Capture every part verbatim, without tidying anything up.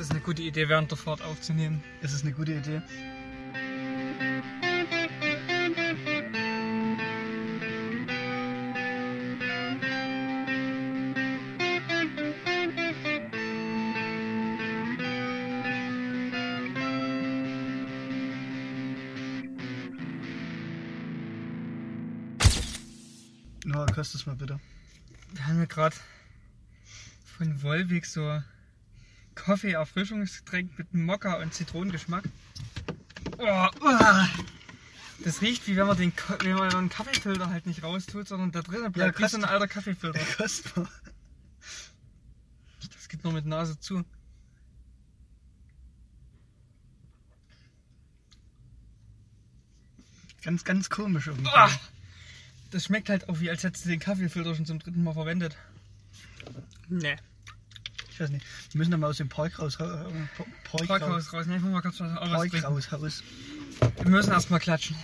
ist eine gute Idee, während der Fahrt aufzunehmen. Es ist eine gute Idee. Noah, kost es mal bitte. Wir haben ja gerade von Volvic so Kaffee-Erfrischungsgetränk mit Mokka und Zitronengeschmack. Oh, oh. Das riecht wie wenn man den wenn man einen Kaffeefilter halt nicht raustut, sondern da drinnen bleibt ja, wie so ein alter Kaffeefilter. Kost mal. Das geht nur mit Nase zu. Ganz, ganz komisch irgendwie. Oh. Das schmeckt halt auch wie, als hättest du den Kaffeefilter schon zum dritten Mal verwendet. Nee. Ich weiß nicht. Wir müssen da mal aus dem Park raus. Äh, Park, Park raus, raus. Nee, ich muss mal kurz was Park trinken. raus, raus. Wir müssen erstmal klatschen.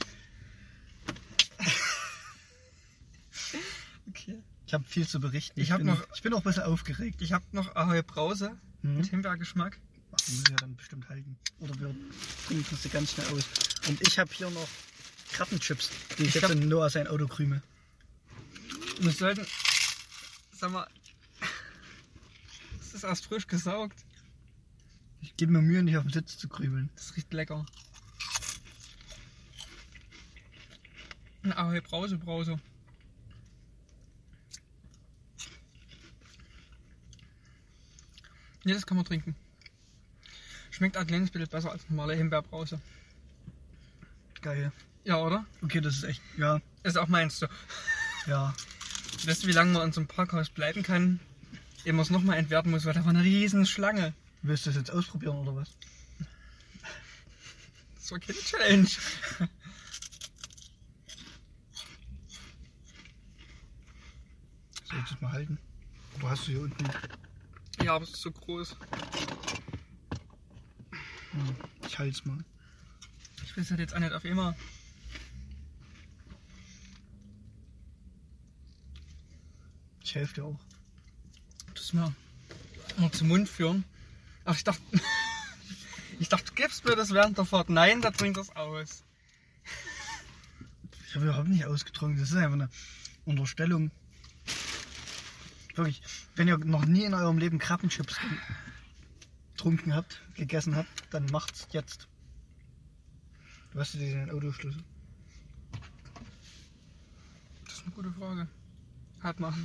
Okay. Ich habe viel zu berichten. Ich, ich, hab bin, noch, ich bin auch ein bisschen aufgeregt. Ich habe noch Ahoi Brause mhm. mit Himbeergeschmack. Ach, die muss ich ja dann bestimmt halten. Oder wir trinken sie ganz schnell aus. Und ich habe hier noch Krabbenchips, die ich, ich jetzt in Noah sein Auto krüme. Wir sollten, sag mal, das ist erst frisch gesaugt. Ich gebe mir Mühe, nicht auf dem Sitz zu krümeln. Das riecht lecker. Ein Ahoi Brause Brause. Ja, das kann man trinken. Schmeckt ein kleines bisschen besser als normale Himbeerbrause. Geil. Ja, oder? Okay, das ist echt, ja. Ist auch meinst du. Ja. Weißt du, wie lange man in so einem Parkhaus bleiben kann, ehe man es nochmal entwerten muss, weil da war eine riesen Schlange. Willst du das jetzt ausprobieren oder was? Das war keine Challenge. Soll ich das mal halten? Oder hast du hier unten? Ja, aber es ist so groß. Ich halte es mal. Ich will es halt jetzt auch nicht auf immer. Ich helfe dir auch. Das mir mal zum Mund führen. Ach, ich dachte, ich dachte, du gibst mir das während der Fahrt. Nein, da trinkt das aus. Ich habe überhaupt nicht ausgetrunken. Das ist einfach eine Unterstellung. Wirklich, wenn ihr noch nie in eurem Leben Krabbenchips getrunken habt, gegessen habt, dann macht's jetzt. Du hast dir den Autoschlüssel. Das ist eine gute Frage. Halt mal.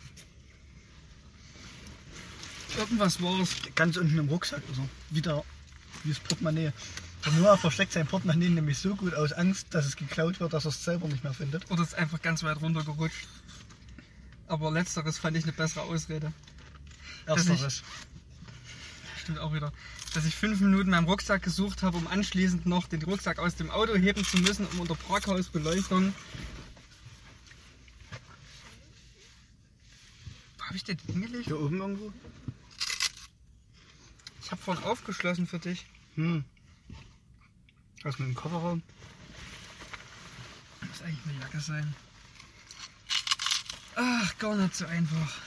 Irgendwas war es. Ganz unten im Rucksack, also wieder wie das Portemonnaie. Der Noah versteckt sein Portemonnaie nämlich so gut aus Angst, dass es geklaut wird, dass er es selber nicht mehr findet. Oder ist einfach ganz weit runtergerutscht. Aber letzteres fand ich eine bessere Ausrede. Ersteres. Stimmt auch wieder. Dass ich fünf Minuten meinen Rucksack gesucht habe, um anschließend noch den Rucksack aus dem Auto heben zu müssen, um unter Parkhausbeleuchtung. Wo habe ich den hingelegt? Hier oben irgendwo? Ich habe vorhin aufgeschlossen für dich. Hm. Was mit dem Kofferraum? Muss eigentlich eine Jacke sein. Ach, gar nicht so einfach.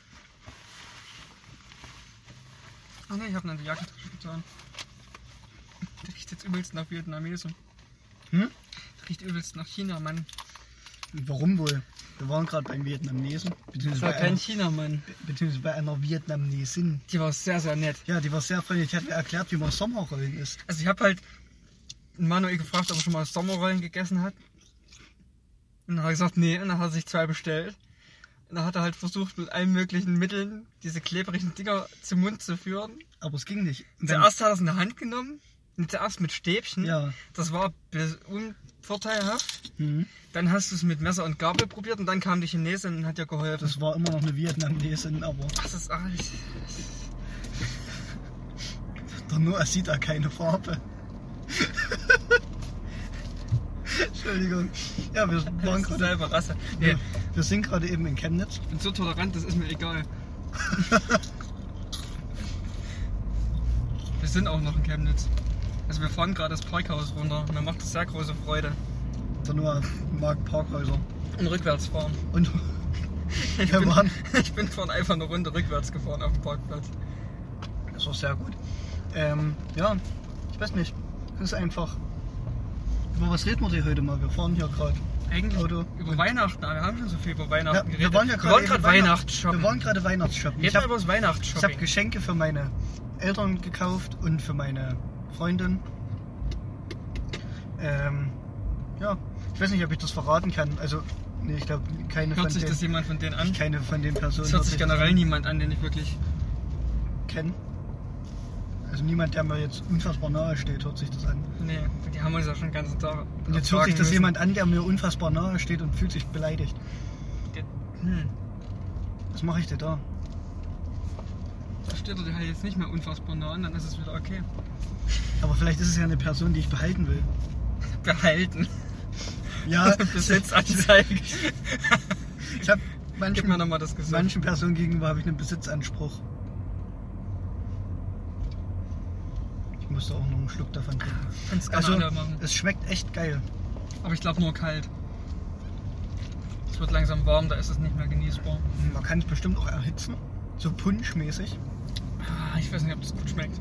Ach ne, ich habe noch die Jackentasche getan. Der riecht jetzt übelst nach Vietnamese. Hm? Der riecht übelst nach China, Mann. Warum wohl? Wir waren gerade beim Vietnamesen. Das war kein China-Mann. Beziehungsweise bei einer Vietnamesin. Die war sehr, sehr nett. Ja, die war sehr freundlich. Die hat mir erklärt, wie man Sommerrollen isst. Also ich habe halt Manuel gefragt, ob er schon mal Sommerrollen gegessen hat. Und dann hat er gesagt, nee. Und dann hat er sich zwei bestellt. Und dann hat er halt versucht, mit allen möglichen Mitteln diese klebrigen Dinger zum Mund zu führen. Aber es ging nicht. Und zuerst hat er es in der Hand genommen. Und zuerst mit Stäbchen. Ja. Das war unvorteilhaft. Mhm. Dann hast du es mit Messer und Gabel probiert und dann kam die Chinesin und hat dir geholfen. Das war immer noch eine Vietnamesin, aber... Das ist alles... Der Noah sieht da keine Farbe. Entschuldigung. Ja, wir waren gerade... selber Rasse. Nee. Wir, wir sind gerade eben in Chemnitz. Ich bin so tolerant, das ist mir egal. Wir sind auch noch in Chemnitz. Also wir fahren gerade das Parkhaus runter. Mir macht das sehr große Freude. Der Noah mag Parkhäuser. Und rückwärts fahren. Und ich, wir bin, waren... ich bin vorhin einfach eine Runde rückwärts gefahren auf dem Parkplatz. Das war sehr gut. Ähm, ja, ich weiß nicht. Das ist einfach. Über was reden wir denn heute mal? Wir fahren hier gerade. Eigentlich Auto. über Weihnachten, aber wir haben schon so viel über Weihnachten Ja, geredet. wir waren ja wir waren gerade gerade Weihnachtsshoppen. Wir waren gerade Weihnachtsshoppen. Reden Ich wir habe über das ich Weihnachtsshopping. hab Geschenke für meine Eltern gekauft und für meine Freundin. Ähm, ja, ich weiß nicht, ob ich das verraten kann. Also, nee, ich glaube, keine Hört von sich den, das jemand von denen an? keine von den Personen. Das hört sich das generell niemand an, den ich wirklich... kenne. Also niemand, der mir jetzt unfassbar nahe steht, hört sich das an. Nee, die haben uns ja schon den ganzen Tag... Und jetzt hört sich das müssen. jemand an, der mir unfassbar nahe steht und fühlt sich beleidigt. Der, hm, Was mache ich denn da? da steht er dir halt jetzt nicht mehr unfassbar nah an, dann ist es wieder okay. Aber vielleicht ist es ja eine Person, die ich behalten will. Behalten. Ja, Besitzanzeige. ich habe Gib manchen, mir nochmal das Gesicht. manchen Personen gegenüber habe ich einen Besitzanspruch. Ich musste auch noch einen Schluck davon trinken. Kannst gerne Also, alle machen. es schmeckt echt geil. Aber ich glaube nur kalt. Es wird langsam warm, da ist es nicht mehr genießbar. Man kann es bestimmt auch erhitzen. So punschmäßig. Ah, Ich weiß nicht, ob das gut schmeckt.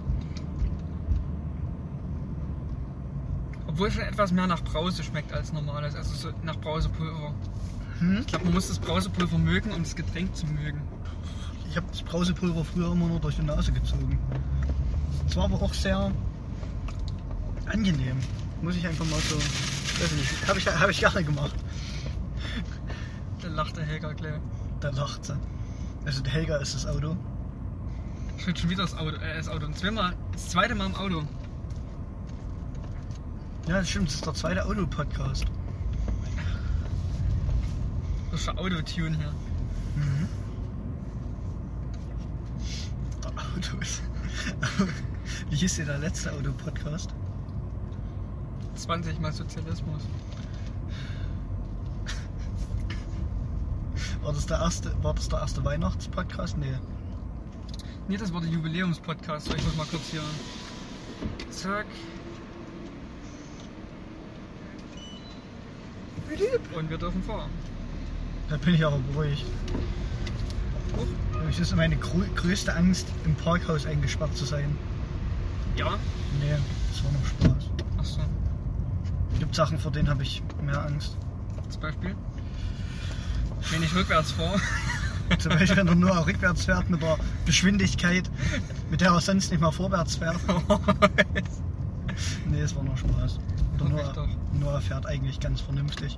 Obwohl es schon etwas mehr nach Brause schmeckt als normales, also so nach Brausepulver. Hm? Ich glaube, man muss das Brausepulver mögen, um das Getränk zu mögen. Ich habe das Brausepulver früher immer nur durch die Nase gezogen. Es war aber auch sehr angenehm. Muss ich einfach mal so. Weiß nicht. Habe ich, hab ich gerne gemacht. Da lacht der Helga gleich. Da lacht sie. Also der Helga ist das Auto. Ich will schon wieder das Auto, äh, das Auto. Und zweimal, das zweite Mal im Auto. Ja, das stimmt. Das ist der zweite Auto-Podcast. Das ist schon Autotune hier. Mhm. Autos. Wie hieß dir der letzte Auto-Podcast? zwanzig mal Sozialismus. War das der erste, war das der erste Weihnachtspodcast? Nee. Nee, das war der Jubiläumspodcast. So, ich muss mal kurz hier. Zack. Und wir dürfen fahren. Da bin ich aber beruhigt. Es ist meine grö größte Angst, im Parkhaus eingesperrt zu sein. Ja? Nee, das war noch Spaß. Achso. Es gibt Sachen, vor denen habe ich mehr Angst. Zum Beispiel? Wenn ich rückwärts fahre. Zum Beispiel, wenn er nur auch rückwärts fährt mit der Geschwindigkeit, mit der er sonst nicht mal vorwärts fährt. Nee, es war noch Spaß. Der Hoffe ich Noah, doch. Noah fährt eigentlich ganz vernünftig.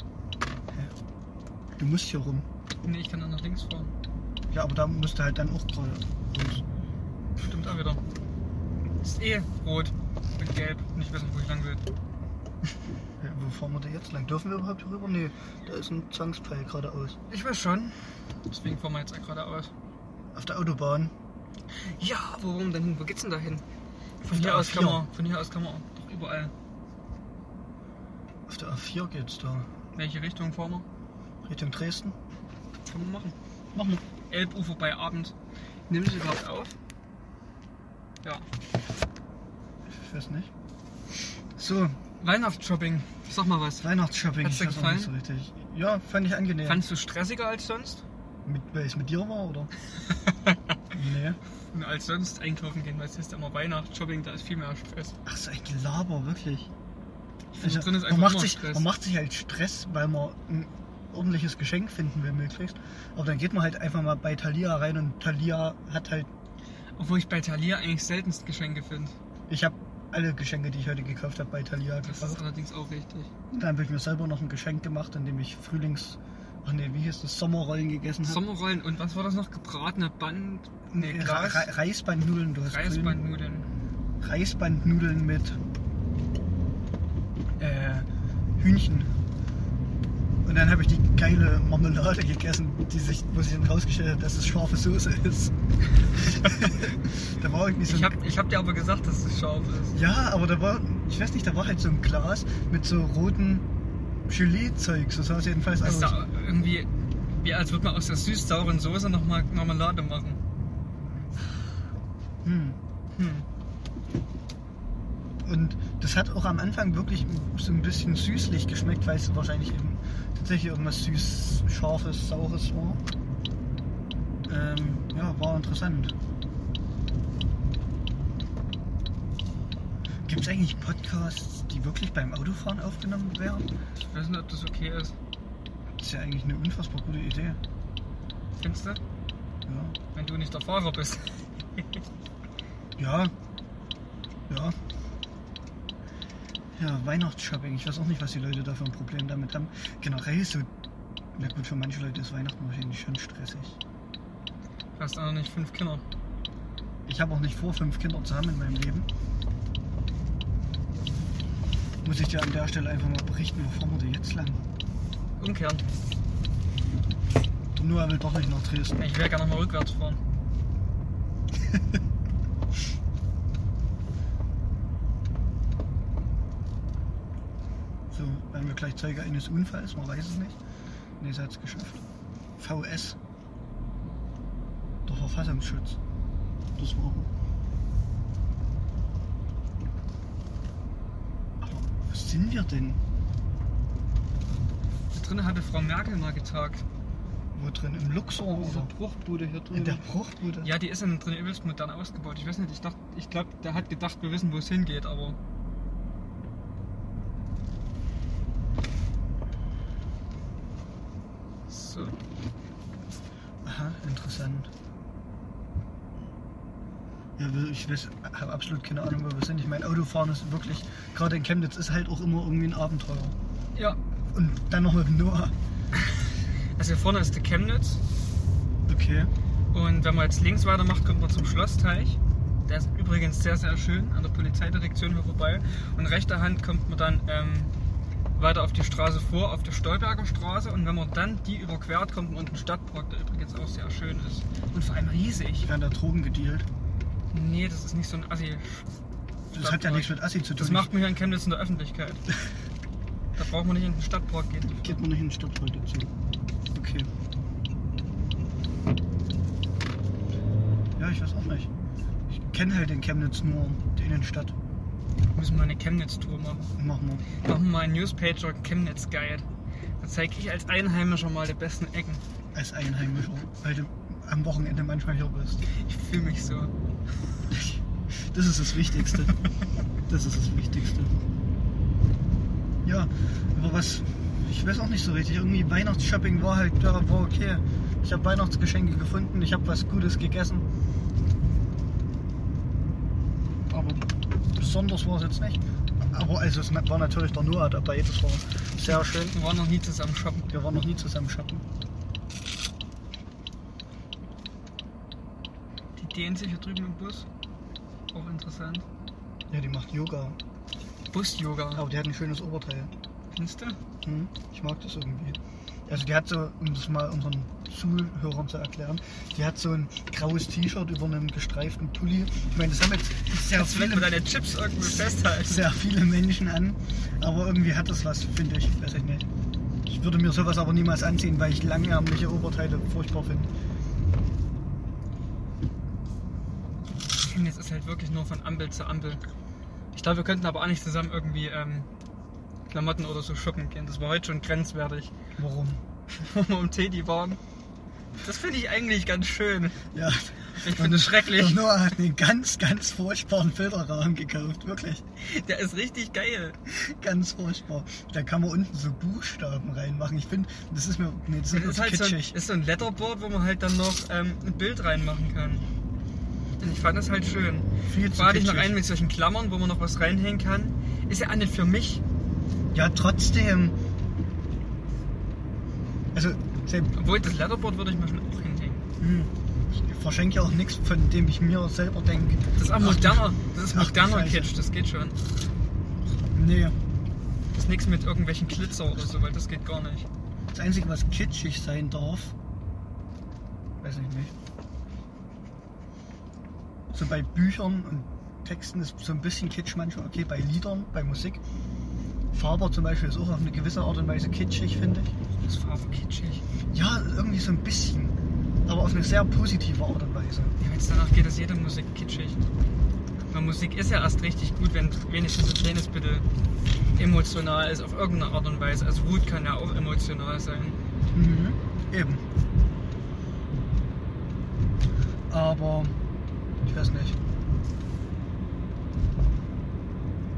Du musst hier rum. Nee, ich kann dann nach links fahren. Ja, aber da musst du halt dann auch gerade raus. Stimmt auch wieder. Ist eh rot und gelb. Nicht wissen, wo ich lang will. Ja, wo fahren wir da jetzt lang? Dürfen wir überhaupt hier rüber? Nee, da ist ein Zwangspfeil geradeaus. Ich weiß schon. Deswegen fahren wir jetzt geradeaus. Auf der Autobahn. Ja, warum denn hin? Wo geht's denn da hin? Von hier, der aus A kann vier. man, von hier aus kann man doch überall. Auf der A vier geht's da. Welche Richtung fahren wir? Richtung Dresden. Kann man machen. Machen wir. Elbufer bei Abend. Nimmst du überhaupt auf? Ja. Ich weiß nicht. So, Weihnachtsshopping. Sag mal was. Weihnachtsshopping. Hat's dir ich weiß auch nicht gefallen? so richtig. Ja, fand ich angenehm. Fandest du stressiger als sonst? Mit, weil es mit dir war, oder? Nee. Und als sonst einkaufen gehen, weil es ist ja immer Weihnachtsshopping, da ist viel mehr Stress. Ach so, ein Gelaber, wirklich. Also drin ist man, einfach macht immer sich, Stress. man macht sich halt Stress, weil man ein ordentliches Geschenk finden will, möglichst. Aber dann geht man halt einfach mal bei Thalia rein und Thalia hat halt. Obwohl ich bei Thalia eigentlich seltenst Geschenke finde. Ich habe alle Geschenke, die ich heute gekauft habe, bei Thalia Das ist gekauft. allerdings auch richtig. Dann habe ich mir selber noch ein Geschenk gemacht, indem ich Frühlings. Ach nee, wie hieß das? Sommerrollen gegessen habe. Sommerrollen und was war das noch? Gebratene Band. Nee, Ra Gras. Ra Reisbandnudeln, du hast grün. Reisbandnudeln. Reisbandnudeln mit äh, Hühnchen. Und dann habe ich die geile Marmelade gegessen, die sich, wo sich dann rausgestellt hat, dass es scharfe Soße ist. Da war irgendwie so Ich ein, hab, ich hab dir aber gesagt, dass es scharf ist. ja, aber da war, ich weiß nicht, da war halt so ein Glas mit so roten Gelee-Zeug, so sah es jedenfalls Das ist aus. da irgendwie, wie als würde man aus der süß-sauren Soße nochmal Marmelade machen. Hm. Hm. Und das hat auch am Anfang wirklich so ein bisschen süßlich geschmeckt, weil es wahrscheinlich eben tatsächlich irgendwas süß, scharfes, saures war. Ähm, ja, war interessant. Gibt es eigentlich Podcasts, die wirklich beim Autofahren aufgenommen werden? Ich weiß nicht, ob das okay ist. Das ist ja eigentlich eine unfassbar gute Idee. Findest du? Ja. Wenn du nicht der Fahrer bist. Ja. Ja. Ja, Weihnachtsshopping. Ich weiß auch nicht, was die Leute da für ein Problem damit haben. Generell so. Na gut, für manche Leute ist Weihnachten wahrscheinlich schon stressig. Du hast auch noch nicht fünf Kinder. Ich habe auch nicht vor, fünf Kinder zu haben in meinem Leben. Muss ich dir an der Stelle einfach mal berichten, wo fahren wir denn jetzt lang? Umkehren. Der Noah will doch nicht nach Dresden. Ich will gerne mal rückwärts fahren. So, werden wir gleich Zeuge eines Unfalls, man weiß es nicht. Ne, sie hat es geschafft. V S. Der Verfassungsschutz. Das war er. Aber wo sind wir denn? Da drinnen hatte Frau Merkel mal getagt. Wo drin? Im Luxor In dieser oder? Bruchbude hier drin. In der Bruchbude? Ja, die ist innen drin übelst modern ausgebaut. Ich weiß nicht, ich dachte, ich glaube, der hat gedacht, wir wissen, wo es hingeht, aber. So. Aha, interessant. Ja, ich weiß, habe absolut keine Ahnung, wo wir sind. Ich meine, Autofahren ist wirklich, gerade in Chemnitz, ist halt auch immer irgendwie ein Abenteuer. Ja. Und dann noch mit dem Noah. Also hier vorne ist der Chemnitz. Okay. Und wenn man jetzt links weitermacht, kommt man zum Schlossteich. Der ist übrigens sehr, sehr schön an der Polizeidirektion hier vorbei. Und rechter Hand kommt man dann ähm, weiter auf die Straße vor, auf der Stolberger Straße. Und wenn man dann die überquert, kommt man unten Stadtpark, der übrigens auch sehr schön ist. Und vor allem riesig. Werden da Drogen gedealt? Nee, das ist nicht so ein Assi. Das hat ja nichts mit Assi zu tun. Das macht man hier in Chemnitz in der Öffentlichkeit. Da braucht man nicht in den Stadtpark gehen. Geht man nicht in den Stadtpark dazu. Okay. Ja, ich weiß auch nicht. Ich kenne halt in Chemnitz nur die Innenstadt. Müssen wir mal eine Chemnitz-Tour machen. Machen wir. Machen wir mal einen Newspager Chemnitz Guide. Da zeige ich als Einheimischer mal die besten Ecken. Als Einheimischer, weil du am Wochenende manchmal hier bist. Ich fühle mich so. Das ist das Wichtigste. Das ist das Wichtigste. Ja, aber was, ich weiß auch nicht so richtig. Irgendwie Weihnachtsshopping war halt, ja, war okay. Ich habe Weihnachtsgeschenke gefunden, ich habe was Gutes gegessen. Aber besonders war es jetzt nicht. Aber also es war natürlich der Noah dabei, das war sehr schön. Wir waren noch nie zusammen shoppen. Wir waren noch nie zusammen shoppen. Die dehnt sich hier drüben im Bus. Auch interessant. Ja, die macht Yoga. Bus-Yoga. Aber die hat ein schönes Oberteil. Findest du? Hm, ich mag das irgendwie. Also die hat so, um das mal unseren Zuhörern zu erklären, die hat so ein graues T-Shirt über einem gestreiften Pulli. Ich meine, das haben jetzt sehr Kannst du viele, mit deine Chips irgendwo festhalten. sehr viele Menschen an. Aber irgendwie hat das was, finde ich. Weiß ich nicht. Ich würde mir sowas aber niemals anziehen, weil ich langärmliche Oberteile furchtbar finde. Jetzt ist halt wirklich nur von Ampel zu Ampel. Ich glaube, wir könnten aber auch nicht zusammen irgendwie ähm, Klamotten oder so shoppen gehen. Das war heute schon grenzwertig. Warum? Wo wir um Teddy waren. Das finde ich eigentlich ganz schön. Ja. Ich finde es schrecklich. Der Noah hat einen ganz, ganz furchtbaren Filterrahmen gekauft, wirklich. Der ist richtig geil. Ganz furchtbar. Da kann man unten so Buchstaben reinmachen. Ich finde, das ist mir nee, das ist, Das ist halt so ein, kitschig. ist so ein Letterboard, wo man halt dann noch ähm, ein Bild reinmachen kann. Und ich fand das halt schön. Viel zu War hatte ich noch kitschig. einen mit solchen Klammern, wo man noch was reinhängen kann. Ist ja auch nicht für mich. Ja, trotzdem. Also, selbst, Obwohl, das Letterboard würde ich mir schon auch hinhängen. hm, ich verschenke ja auch nichts, von dem ich mir selber denke. Das ist auch ach, moderner. Das ist ach, moderner Scheiße. Kitsch, das geht schon. Nee, Das ist nichts mit irgendwelchen Glitzer oder so, weil das geht gar nicht. das Einzige, was kitschig sein darf, weiß ich nicht. So bei Büchern und Texten ist so ein bisschen Kitsch manchmal okay, bei Liedern, bei Musik. Faber zum Beispiel ist auch auf eine gewisse Art und Weise kitschig, finde ich. Das ist Farbe kitschig. Ja, irgendwie so ein bisschen, aber auf eine sehr positive Art und Weise. Ja, wenn es danach geht, ist jede Musik kitschig. Weil Musik ist ja erst richtig gut, wenn wenigstens ein kleines bisschen emotional ist, auf irgendeine Art und Weise. Also Wut kann ja auch emotional sein. Mhm, eben. Aber ich weiß nicht.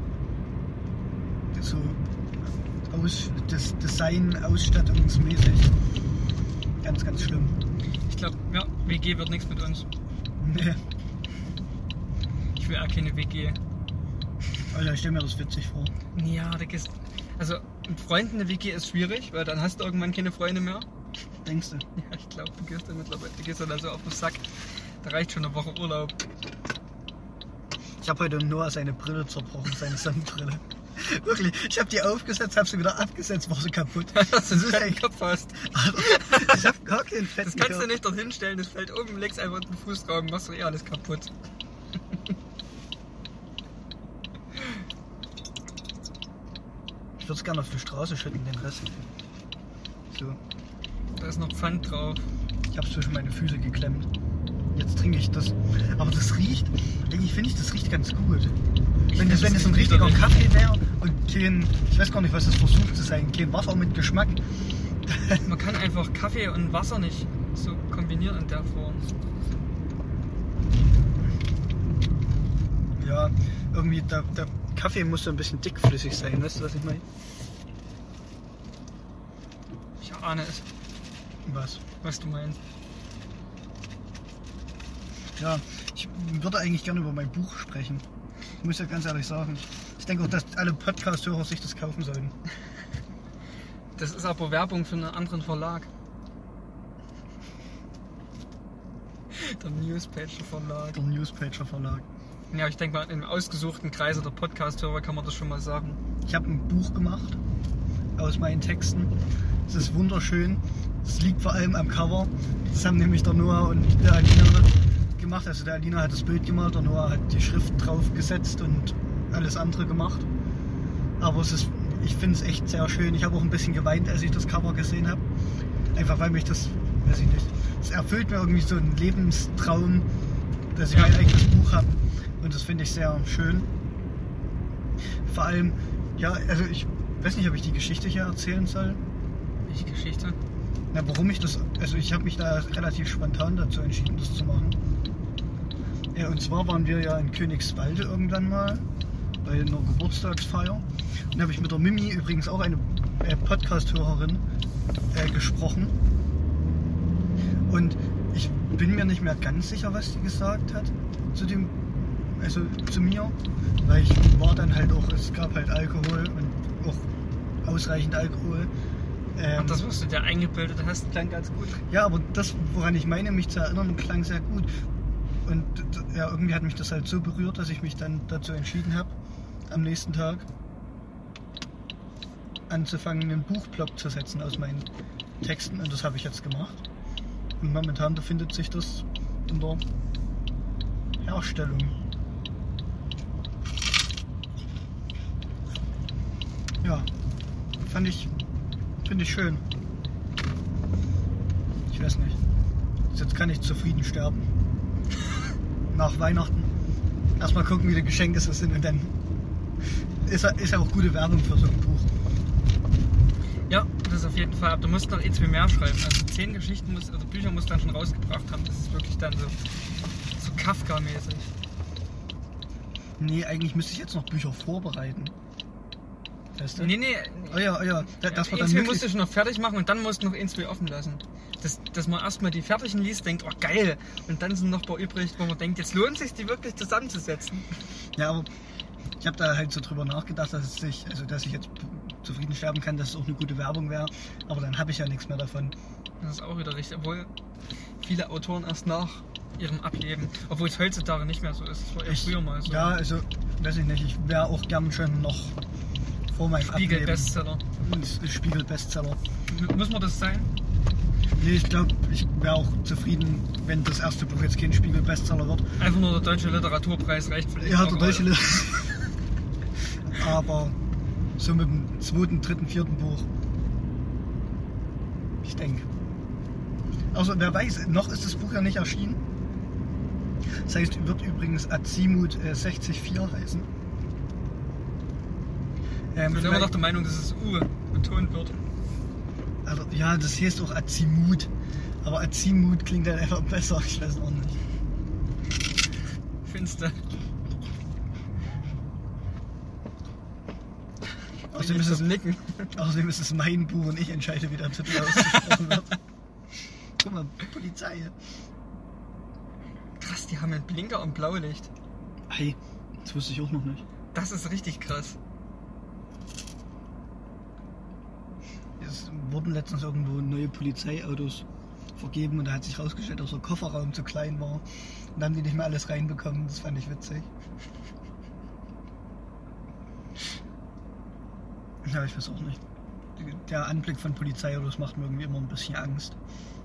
so aus, das Design, ausstattungsmäßig. Ganz, ganz schlimm. Ich glaube, ja, W G wird nichts mit uns. Nee. Ich will auch keine W G. Also ich stelle mir das witzig vor. Ja, da gehst. Also mit Freunden eine W G ist schwierig, weil dann hast du irgendwann keine Freunde mehr. Denkst du? Ja, ich glaube, du gehst dann mittlerweile, du gehst dann also auf den Sack. Da reicht schon eine Woche Urlaub. Ich habe heute Noah seine Brille zerbrochen, seine Sonnenbrille. Wirklich, ich habe die aufgesetzt, habe sie wieder abgesetzt, war sie kaputt. Dass du einen fetten Kopf hast. Ich habe gar keinen fetten Das kannst Kopf. du nicht dort hinstellen, das fällt oben links einfach in den Fußraum, machst du eh alles kaputt. Ich würde es gerne auf die Straße schütten, den Rest. So, Da ist noch Pfand drauf. ich habe es zwischen meine Füße geklemmt. Jetzt trinke ich das. Aber das riecht, eigentlich finde ich, das riecht ganz gut. Ich Wenn das, find, wenn das das ein riecht richtiger widerlich. Kaffee wäre und kein, ich weiß gar nicht, was das versucht zu sein, kein Wasser mit Geschmack. Man kann einfach Kaffee und Wasser nicht so kombinieren in der Form. Ja, irgendwie der, der Kaffee muss so ein bisschen dickflüssig sein, weißt du, was ich meine? Ich ahne es, Was? was du meinst. Ja, ich würde eigentlich gerne über mein Buch sprechen. Ich muss ja ganz ehrlich sagen. Ich denke auch, dass alle Podcast-Hörer sich das kaufen sollten. Das ist aber Werbung für einen anderen Verlag. Der Newspager Verlag. Der Newspager Verlag. Ja, ich denke mal, im ausgesuchten Kreise der Podcast-Hörer kann man das schon mal sagen. Ich habe ein Buch gemacht aus meinen Texten. Es ist wunderschön. Es liegt vor allem am Cover. Das haben nämlich der Noah und der Alina gemacht. Also der Alina hat das Bild gemalt, der Noah hat die Schrift drauf gesetzt und alles andere gemacht. Aber es ist, ich finde es echt sehr schön. Ich habe auch ein bisschen geweint, als ich das Cover gesehen habe. Einfach weil mich das, weiß ich nicht, es erfüllt mir irgendwie so einen Lebenstraum, dass ich Ja. mein eigenes Buch habe. Und das finde ich sehr schön. Vor allem, ja, also ich weiß nicht, ob ich die Geschichte hier erzählen soll. Welche Geschichte? Na, warum ich das, also ich habe mich da relativ spontan dazu entschieden, das zu machen. Ja, und zwar waren wir ja in Königswalde irgendwann mal bei einer Geburtstagsfeier. Und da habe ich mit der Mimi, übrigens auch eine äh, Podcast-Hörerin, äh, gesprochen. Und ich bin mir nicht mehr ganz sicher, was sie gesagt hat zu dem, also zu mir, weil ich war dann halt auch, es gab halt Alkohol und auch ausreichend Alkohol. Ähm, Und das, was du dir eingebildet hast, klang ganz gut. ja, aber das, woran ich meine, mich zu erinnern, klang sehr gut. Und ja, irgendwie hat mich das halt so berührt, dass ich mich dann dazu entschieden habe, am nächsten Tag anzufangen, einen Buchblock zu setzen aus meinen Texten. Und das habe ich jetzt gemacht. Und momentan befindet sich das in der Herstellung. Ja, fand ich, finde ich schön. Ich weiß nicht. Jetzt kann ich zufrieden sterben. Nach Weihnachten. Erstmal gucken, wie die Geschenke so sind und dann ist ja, ist ja auch gute Werbung für so ein Buch. Ja, das ist auf jeden Fall. Aber du musst noch eh zwei mehr schreiben. Also zehn Geschichten musst, also Bücher musst du dann schon rausgebracht haben. Das ist wirklich dann so, so Kafka-mäßig. Nee, eigentlich müsste ich jetzt noch Bücher vorbereiten. Weißt du? Nee, nee. Oh ja, oh ja, da- das war dann Eins musst wirklich... du schon noch fertig machen und dann musst du noch eins offen lassen. Dass, dass man erstmal die fertigen liest, denkt, oh geil. Und dann sind noch ein paar übrig, wo man denkt, jetzt lohnt es sich, die wirklich zusammenzusetzen. Ja, aber ich habe da halt so drüber nachgedacht, dass es sich, also dass ich jetzt zufrieden sterben kann, dass es auch eine gute Werbung wäre. Aber dann habe ich ja nichts mehr davon. Das ist auch wieder richtig. Obwohl viele Autoren erst nach ihrem Ableben, obwohl es heutzutage nicht mehr so ist. Das war eher Ich, früher mal so. ja, also, weiß ich nicht, ich wäre auch gern schon noch vor meinem Spiegel Ableben. Bestseller. Spiegel-Bestseller. M- Muss man das sein? Nee, ich glaube, ich wäre auch zufrieden, wenn das erste Buch jetzt kein Spiegel-Bestseller wird. Einfach nur der Deutsche Literaturpreis reicht für dich. Ja, der deutsche Literatur. Aber so mit dem zweiten, dritten, vierten Buch. Ich denke. Also, wer weiß, noch ist das Buch ja nicht erschienen. Das heißt, wird übrigens Azimut äh, sechzig Komma vier heißen. Ähm, Ich bin immer vielleicht- noch der Meinung, dass es U betont wird. Also, ja, das heißt auch Azimut. Aber Azimut klingt halt einfach besser, ich weiß auch nicht. Findest du? Außerdem ist, es, Nicken. außerdem ist es mein Buch und ich entscheide, wie der Titel ausgesprochen wird. Guck mal, Polizei. Krass, die haben einen Blinker und Blaulicht. Hey, das wusste ich auch noch nicht. Das ist richtig krass. Es wurden letztens irgendwo neue Polizeiautos vergeben und da hat sich rausgestellt, dass der Kofferraum zu klein war. Und dann haben die nicht mehr alles reinbekommen. Das fand ich witzig. Ja, ich weiß auch nicht. Der Anblick von Polizeiautos macht mir irgendwie immer ein bisschen Angst.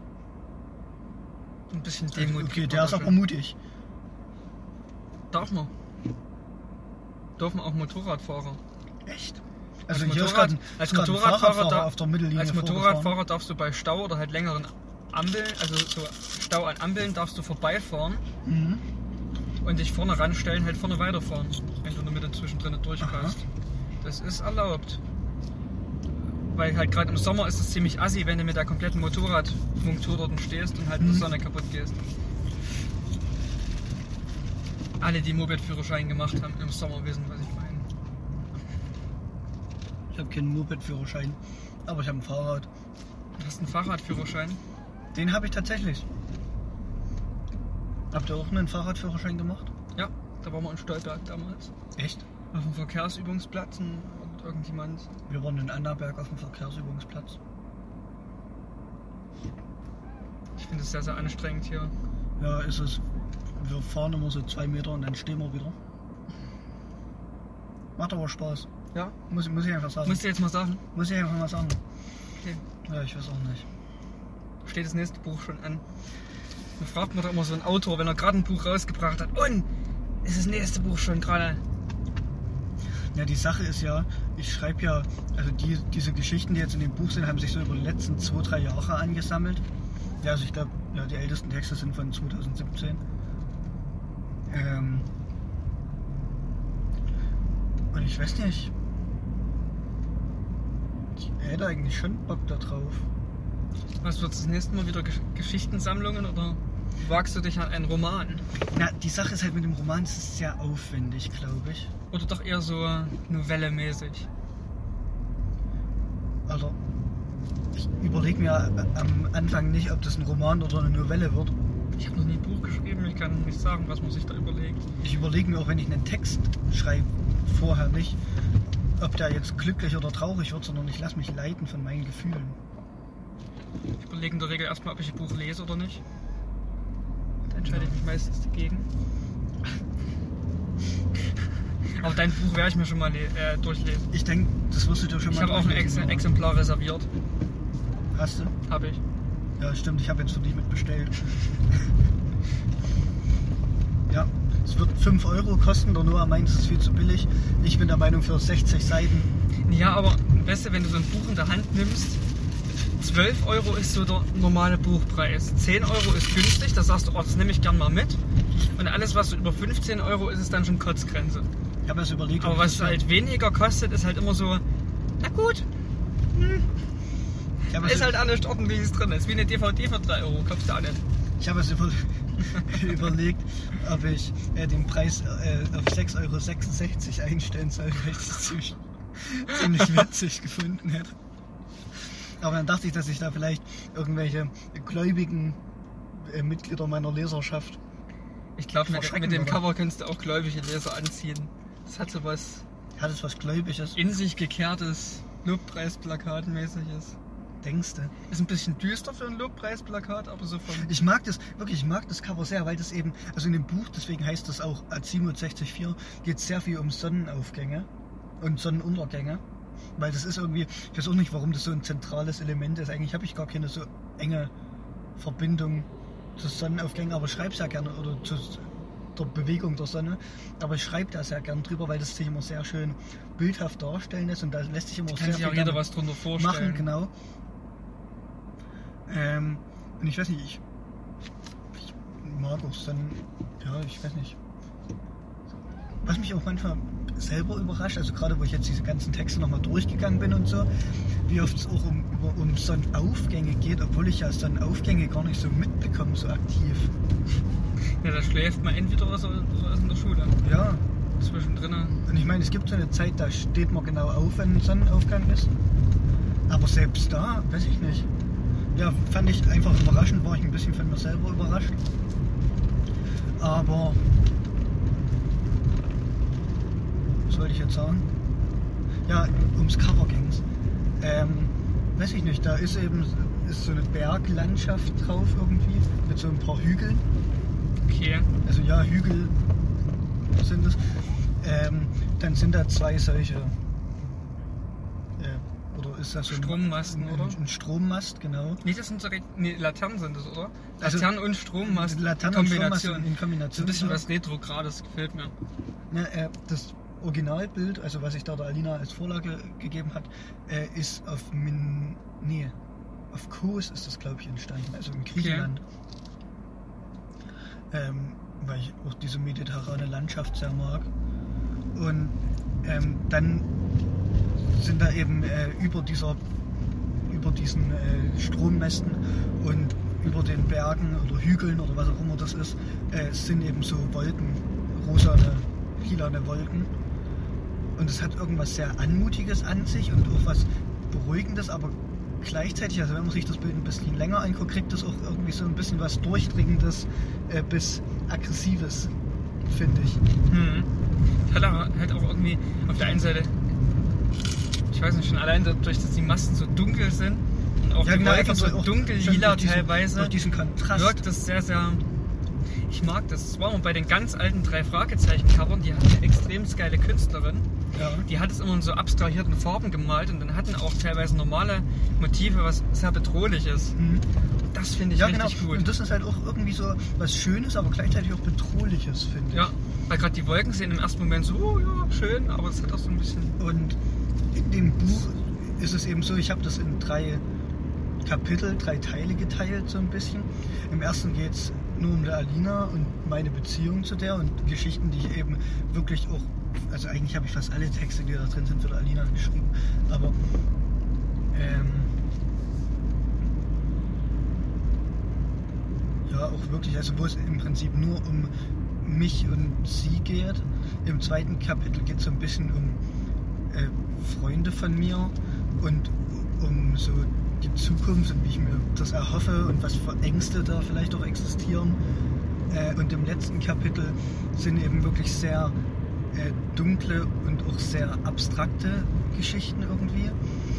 Ein bisschen Demut. Okay, der ist aber mutig. Darf man? Dürfen auch Motorradfahrer. Echt? Also Also als, hier Motorrad, ist grad, als ist grad ein Motorradfahrer, Fahrradfahrer da, auf der Mittellinie als vorgefahren. Motorradfahrer darfst du bei Stau oder halt längeren Ampeln, also so Stau an Ampeln, darfst du vorbeifahren Mhm. und dich vorne ranstellen, halt vorne weiterfahren, wenn du in der Mitte zwischendrin durchpasst. Das ist erlaubt. Weil halt gerade im Sommer ist es ziemlich assi, wenn du mit der kompletten Motorradmontur dort stehst und halt in Mhm. der Sonne kaputt gehst. Alle, die Moped-Führerschein gemacht haben im Sommer, wissen, was ich meine. Ich habe keinen Moped-Führerschein, aber ich habe ein Fahrrad. Du hast einen Fahrradführerschein? Den habe ich tatsächlich. Habt ihr auch einen Fahrradführerschein gemacht? Ja, da waren wir in Stolberg damals. Echt? Auf dem Verkehrsübungsplatz und irgendjemand. Wir waren in Annaberg auf dem Verkehrsübungsplatz. Ich finde es sehr, sehr anstrengend hier. Ja, ist es. Wir fahren immer so zwei Meter und dann stehen wir wieder. Macht aber Spaß. Ja? Muss, muss ich einfach sagen. Musst du jetzt mal sagen? Muss ich einfach mal sagen. Okay. Ja, ich weiß auch nicht. Steht das nächste Buch schon an? Da fragt man doch immer so einen Autor, wenn er gerade ein Buch rausgebracht hat. Und ist das nächste Buch schon gerade? Ja, die Sache ist ja, ich schreibe ja, also die, diese Geschichten, die jetzt in dem Buch sind, haben sich so über die letzten zwei, drei Jahre angesammelt. Ja, also ich glaube, ja, die ältesten Texte sind von zwanzig siebzehn. Ähm und ich weiß nicht, ich hätte eigentlich schon Bock da drauf. Was wird das nächste Mal wieder Gesch- Geschichtensammlungen oder wagst du dich an einen Roman? Na, die Sache ist halt mit dem Roman, es ist sehr aufwendig, glaube ich. Oder doch eher so Novelle-mäßig? Also, ich überlege mir am Anfang nicht, ob das ein Roman oder eine Novelle wird. Ich habe noch nie ein Buch geschrieben, ich kann nicht sagen, was man sich da überlegt. Ich überlege mir auch, wenn ich einen Text schreibe, vorher nicht, ob der jetzt glücklich oder traurig wird, sondern ich lasse mich leiten von meinen Gefühlen. Ich überlege in der Regel erstmal, ob ich ein Buch lese oder nicht. Da entscheide ich mich meistens dagegen. Aber dein Buch werde ich mir schon mal le- äh, durchlesen. Ich denke, das wirst du dir schon Ich mal habe auch ein Ex- durchlesen, aber- Exemplar reserviert. Hast du? Habe ich. Ja, stimmt, ich habe jetzt für dich mitbestellt. Ja, es wird fünf Euro kosten, der Noah meint, es ist viel zu billig. Ich bin der Meinung, für sechzig Seiten. Ja, aber weißt du, wenn du so ein Buch in der Hand nimmst, zwölf Euro ist so der normale Buchpreis. zehn Euro ist günstig, da sagst du, oh, das nehme ich gern mal mit. Und alles, was so über fünfzehn Euro ist, ist dann schon Kotzgrenze. Ich habe das überlegt. ob Aber ich was das- halt weniger kostet, ist halt immer so, na gut, hm, ich habe ist es- halt auch nichts Ordentliches drin. Ist wie eine D V D für drei Euro, kaufst du auch nicht. Ich habe es über überlegt, ob ich äh, den Preis äh, auf sechs Euro sechsundsechzig einstellen soll, weil ich das ziemlich, ziemlich witzig gefunden hätte. Aber dann dachte ich, dass ich da vielleicht irgendwelche gläubigen äh, Mitglieder meiner Leserschaft. Ich glaube, mit, Verschrecken, mit dem oder? Cover kannst du auch gläubige Leser anziehen. Das hat so was Hat es was Gläubiges? in sich gekehrtes, Lobpreisplakatmäßiges. Denkst du? Ist ein bisschen düster für ein Lobpreisplakat, aber so vom... Ich mag das, wirklich, ich mag das Cover sehr, weil das eben, also in dem Buch, deswegen heißt das auch A siebenundsechzig Komma vier, geht es sehr viel um Sonnenaufgänge und Sonnenuntergänge. Weil das ist irgendwie, ich weiß auch nicht, warum das so ein zentrales Element ist. Eigentlich habe ich gar keine so enge Verbindung zu Sonnenaufgängen, aber ich schreibe sehr gerne, oder zu der Bewegung der Sonne. Aber ich schreibe da sehr gern drüber, weil das sich immer sehr schön bildhaft darstellen lässt und da lässt sich immer Kann sehr sich auch viel jeder damit was drunter vorstellen. machen, genau. Ähm, und ich weiß nicht, ich, ich mag auch Sonnen, ja, ich weiß nicht. Was mich auch manchmal selber überrascht, also gerade wo ich jetzt diese ganzen Texte nochmal durchgegangen bin und so, wie oft es auch um, um Sonnenaufgänge geht, obwohl ich ja Sonnenaufgänge gar nicht so mitbekomme, so aktiv. Ja, da schläft man entweder oder so, oder ist in der Schule. Ja, zwischendrin. Und ich meine, es gibt so eine Zeit, da steht man genau auf, wenn Sonnenaufgang ist. Aber selbst da, weiß ich nicht. Ja, fand ich einfach überraschend, war ich ein bisschen von mir selber überrascht. Aber was wollte ich jetzt sagen? Ja, ums Cover ging's. Ähm, weiß ich nicht, da ist eben ist so eine Berglandschaft drauf irgendwie, mit so ein paar Hügeln. Okay. Also ja, Hügel sind es. Ähm, dann sind da zwei solche, äh, oder ist das so ein Strommasten, ein, oder? Ein Strommast, genau. Nee, das sind so, nee, Laternen sind das, oder? Also, Laternen und Strommast. Laternen in und Kombination. Strommast in Kombination. So ein bisschen ja. was Retro-Grades, gefällt mir. Ja, äh, das Originalbild, also was ich da der Alina als Vorlage gegeben hat, äh, ist auf Min, nee, auf Kos ist das, glaube ich, entstanden, also in Griechenland. Okay. Ähm, weil ich auch diese mediterrane Landschaft sehr mag. Und ähm, dann sind da eben äh, über dieser über diesen äh, Strommästen und über den Bergen oder Hügeln oder was auch immer das ist, äh, sind eben so Wolken, rosane, lilane Wolken. Und es hat irgendwas sehr Anmutiges an sich und auch was Beruhigendes, aber gleichzeitig, also wenn man sich das Bild ein bisschen länger anguckt, kriegt das auch irgendwie so ein bisschen was Durchdringendes äh, bis Aggressives, finde ich. Hm. Hat aber halt auch irgendwie auf der einen Seite, ich weiß nicht, schon allein dadurch, dass die Masten so dunkel sind und auch Ja, die genau, Wolken einfach so auch dunkel-lila durch diesen- teilweise, Durch diesen Kontrast. wirkt das sehr, sehr... Ich mag das. Das war auch bei den ganz alten drei Fragezeichen-Covern, die hatten eine extrem geile Künstlerin. Ja. Die hat es immer in so abstrahierten Farben gemalt und dann hatten auch teilweise normale Motive, was sehr bedrohlich ist. Mhm. Das finde ich Ja, richtig genau. gut. Und das ist halt auch irgendwie so was Schönes, aber gleichzeitig auch Bedrohliches, finde ich. Ja, weil gerade die Wolken sehen im ersten Moment so, oh ja, schön, aber es hat auch so ein bisschen... Und in dem Buch ist es eben so, ich habe das in drei Kapitel, drei Teile geteilt, so ein bisschen. Im ersten geht es nur um die Alina und meine Beziehung zu der und Geschichten, die ich eben wirklich auch, also eigentlich habe ich fast alle Texte, die da drin sind, für die Alina geschrieben, aber ähm, ja, auch wirklich, also wo es im Prinzip nur um mich und sie geht. Im zweiten Kapitel geht es so ein bisschen um äh, Freunde von mir und um so die Zukunft und wie ich mir das erhoffe und was für Ängste da vielleicht auch existieren. Äh, und im letzten Kapitel sind eben wirklich sehr äh, dunkle und auch sehr abstrakte Geschichten irgendwie.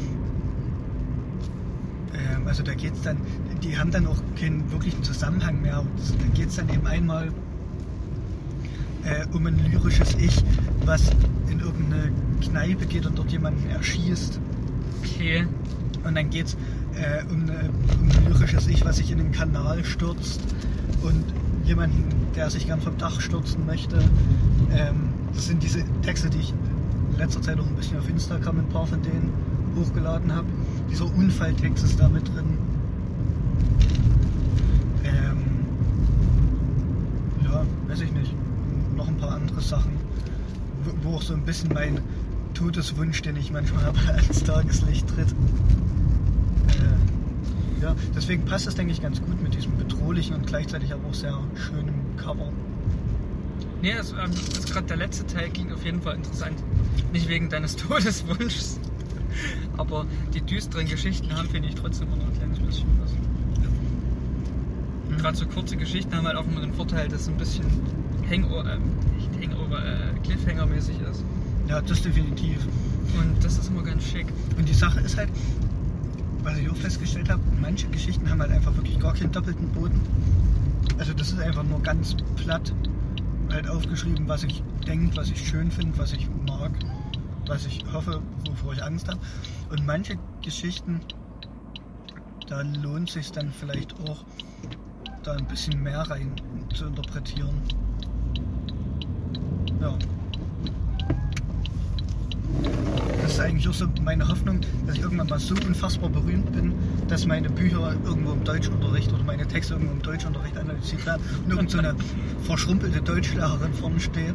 Ähm, also da geht es dann, die haben dann auch keinen wirklichen Zusammenhang mehr. Und da geht es dann eben einmal äh, um ein lyrisches Ich, was in irgendeine Kneipe geht und dort jemanden erschießt. Okay. Und dann geht es äh, um, eine, um ein lyrisches Ich, was sich in den Kanal stürzt und jemanden, der sich gern vom Dach stürzen möchte. Ähm, das sind diese Texte, die ich in letzter Zeit auch ein bisschen auf Instagram ein paar von denen hochgeladen habe. Dieser Unfalltext ist da mit drin. Ähm, ja, weiß ich nicht. Noch ein paar andere Sachen, wo, wo auch so ein bisschen mein Todeswunsch, den ich manchmal habe, ans Tageslicht tritt. Äh, ja, deswegen passt das, denke ich, ganz gut mit diesem bedrohlichen und gleichzeitig aber auch sehr schönen Cover. Nee, das, ähm, das gerade der letzte Teil ging auf jeden Fall interessant. Nicht wegen deines Todeswunschs, aber die düsteren Geschichten haben, finde ich, trotzdem immer noch ein kleines bisschen was. Mhm. Gerade so kurze Geschichten haben halt auch immer den Vorteil, dass es ein bisschen Hangover, äh, nicht Hangover, äh, Cliffhanger-mäßig ist. Ja, das definitiv. Und das ist immer ganz schick. Und die Sache ist halt, was ich auch festgestellt habe, manche Geschichten haben halt einfach wirklich gar keinen doppelten Boden. Also das ist einfach nur ganz platt halt aufgeschrieben, was ich denke, was ich schön finde, was ich mag, was ich hoffe, wovor ich Angst habe. Und manche Geschichten, da lohnt es sich dann vielleicht auch, da ein bisschen mehr rein zu interpretieren. Ja. Das ist eigentlich auch so meine Hoffnung, dass ich irgendwann mal so unfassbar berühmt bin, dass meine Bücher irgendwo im Deutschunterricht oder meine Texte irgendwo im Deutschunterricht analysiert werden und irgend so eine verschrumpelte Deutschlehrerin vorne steht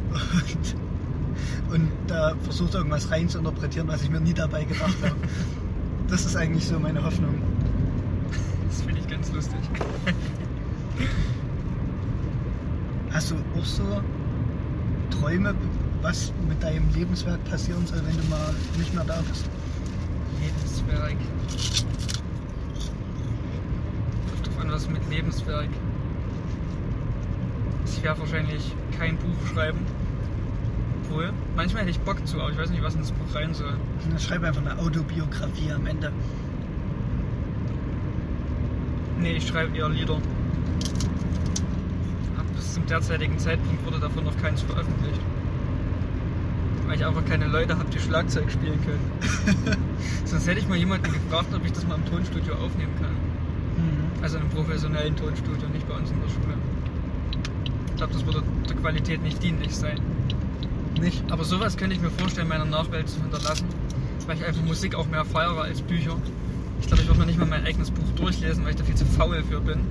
und, und da versucht irgendwas rein zu interpretieren, was ich mir nie dabei gedacht habe. Das ist eigentlich so meine Hoffnung. Das finde ich ganz lustig. Hast du auch so Träume, was mit deinem Lebenswerk passieren soll, wenn du mal nicht mehr da bist? Lebenswerk. Kommt drauf an, was mit Lebenswerk. Ich werde wahrscheinlich kein Buch schreiben. Obwohl, manchmal hätte ich Bock zu, aber ich weiß nicht, was in das Buch rein soll. Dann schreib einfach eine Autobiografie am Ende. Nee, ich schreibe eher Lieder. Ab bis zum derzeitigen Zeitpunkt wurde davon noch keins veröffentlicht. Weil ich einfach keine Leute habe, die Schlagzeug spielen können. Sonst hätte ich mal jemanden gefragt, ob ich das mal im Tonstudio aufnehmen kann. Mhm. Also in einem professionellen Tonstudio, nicht bei uns in der Schule. Ich glaube, das würde der Qualität nicht dienlich sein. Nicht? Aber sowas könnte ich mir vorstellen, meiner Nachwelt zu hinterlassen, weil ich einfach Musik auch mehr feiere als Bücher. Ich glaube, ich würde noch nicht mal mein eigenes Buch durchlesen, weil ich da viel zu faul für bin.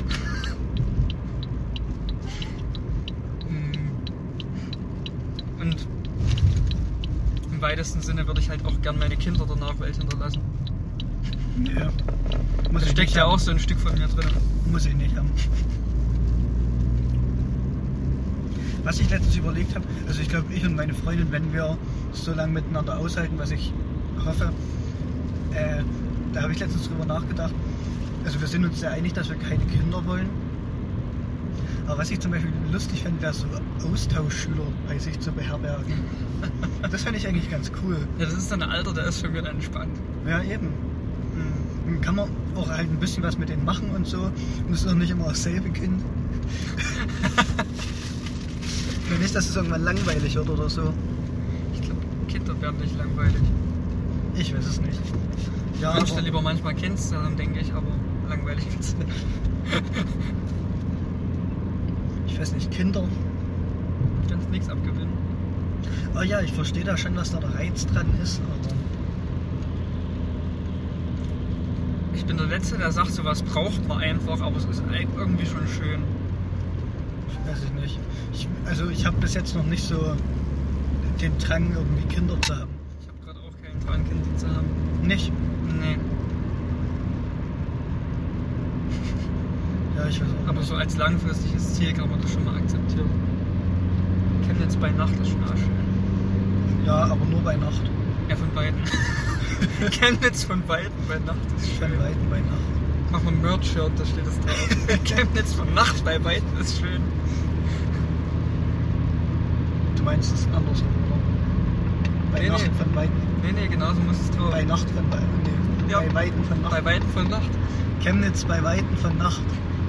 Und im weitesten Sinne würde ich halt auch gern meine Kinder der Nachwelt hinterlassen. Ja. Muss Da ich steckt nicht ja haben. auch so ein Stück von mir drin. Muss ich nicht haben. Was ich letztens überlegt habe, also ich glaube, ich und meine Freundin, wenn wir so lange miteinander aushalten, was ich hoffe, äh, da habe ich letztens drüber nachgedacht. Also wir sind uns sehr einig, dass wir keine Kinder wollen. Aber was ich zum Beispiel lustig fände, wäre so Austauschschüler bei sich zu beherbergen. Das fände ich eigentlich ganz cool. Ja, das ist dann ein Alter, der ist schon wieder entspannt. Ja, eben. Mhm. Dann kann man auch halt ein bisschen was mit denen machen und so. Und es ist auch nicht immer dasselbe Kind. Ja, nicht, dass es irgendwann langweilig wird oder so. Ich glaube, Kinder werden nicht langweilig. Ich weiß es nicht. Ja, Ich wünschte aber- lieber manchmal Kind zu haben, denke ich, aber langweilig wird es nicht. Ich weiß nicht, Kinder. Du kannst nichts abgewinnen. Oh ja, ich verstehe da schon, dass da der Reiz dran ist, aber Ich bin der Letzte, der sagt, sowas braucht man einfach, aber es ist irgendwie schon schön. ich weiß ich nicht. Ich, also ich habe bis jetzt noch nicht so den Drang, irgendwie Kinder zu haben. Ich habe gerade auch keinen Drang, Kinder zu haben. Nicht? Nee, Ja, ich weiß auch aber nicht. so als langfristiges Ziel kann man das schon mal akzeptieren. Chemnitz bei Nacht ist schon auch schön. Ja, aber nur bei Nacht. Ja, von beiden. Chemnitz von beiden bei Nacht ist schön. Bei Weiten bei Nacht. Mach mal ein Merch-Shirt, da steht es drauf. Chemnitz von Nacht bei beiden ist schön. Du meinst es andersrum, oder? Bei Nee, Nacht nee. von Weiten. Nee, nee, genauso muss es drauf. Bei Nacht von Weiten. Nee, Ja. bei Weiten von Nacht. Bei beiden von Nacht. Chemnitz bei Weiten von Nacht.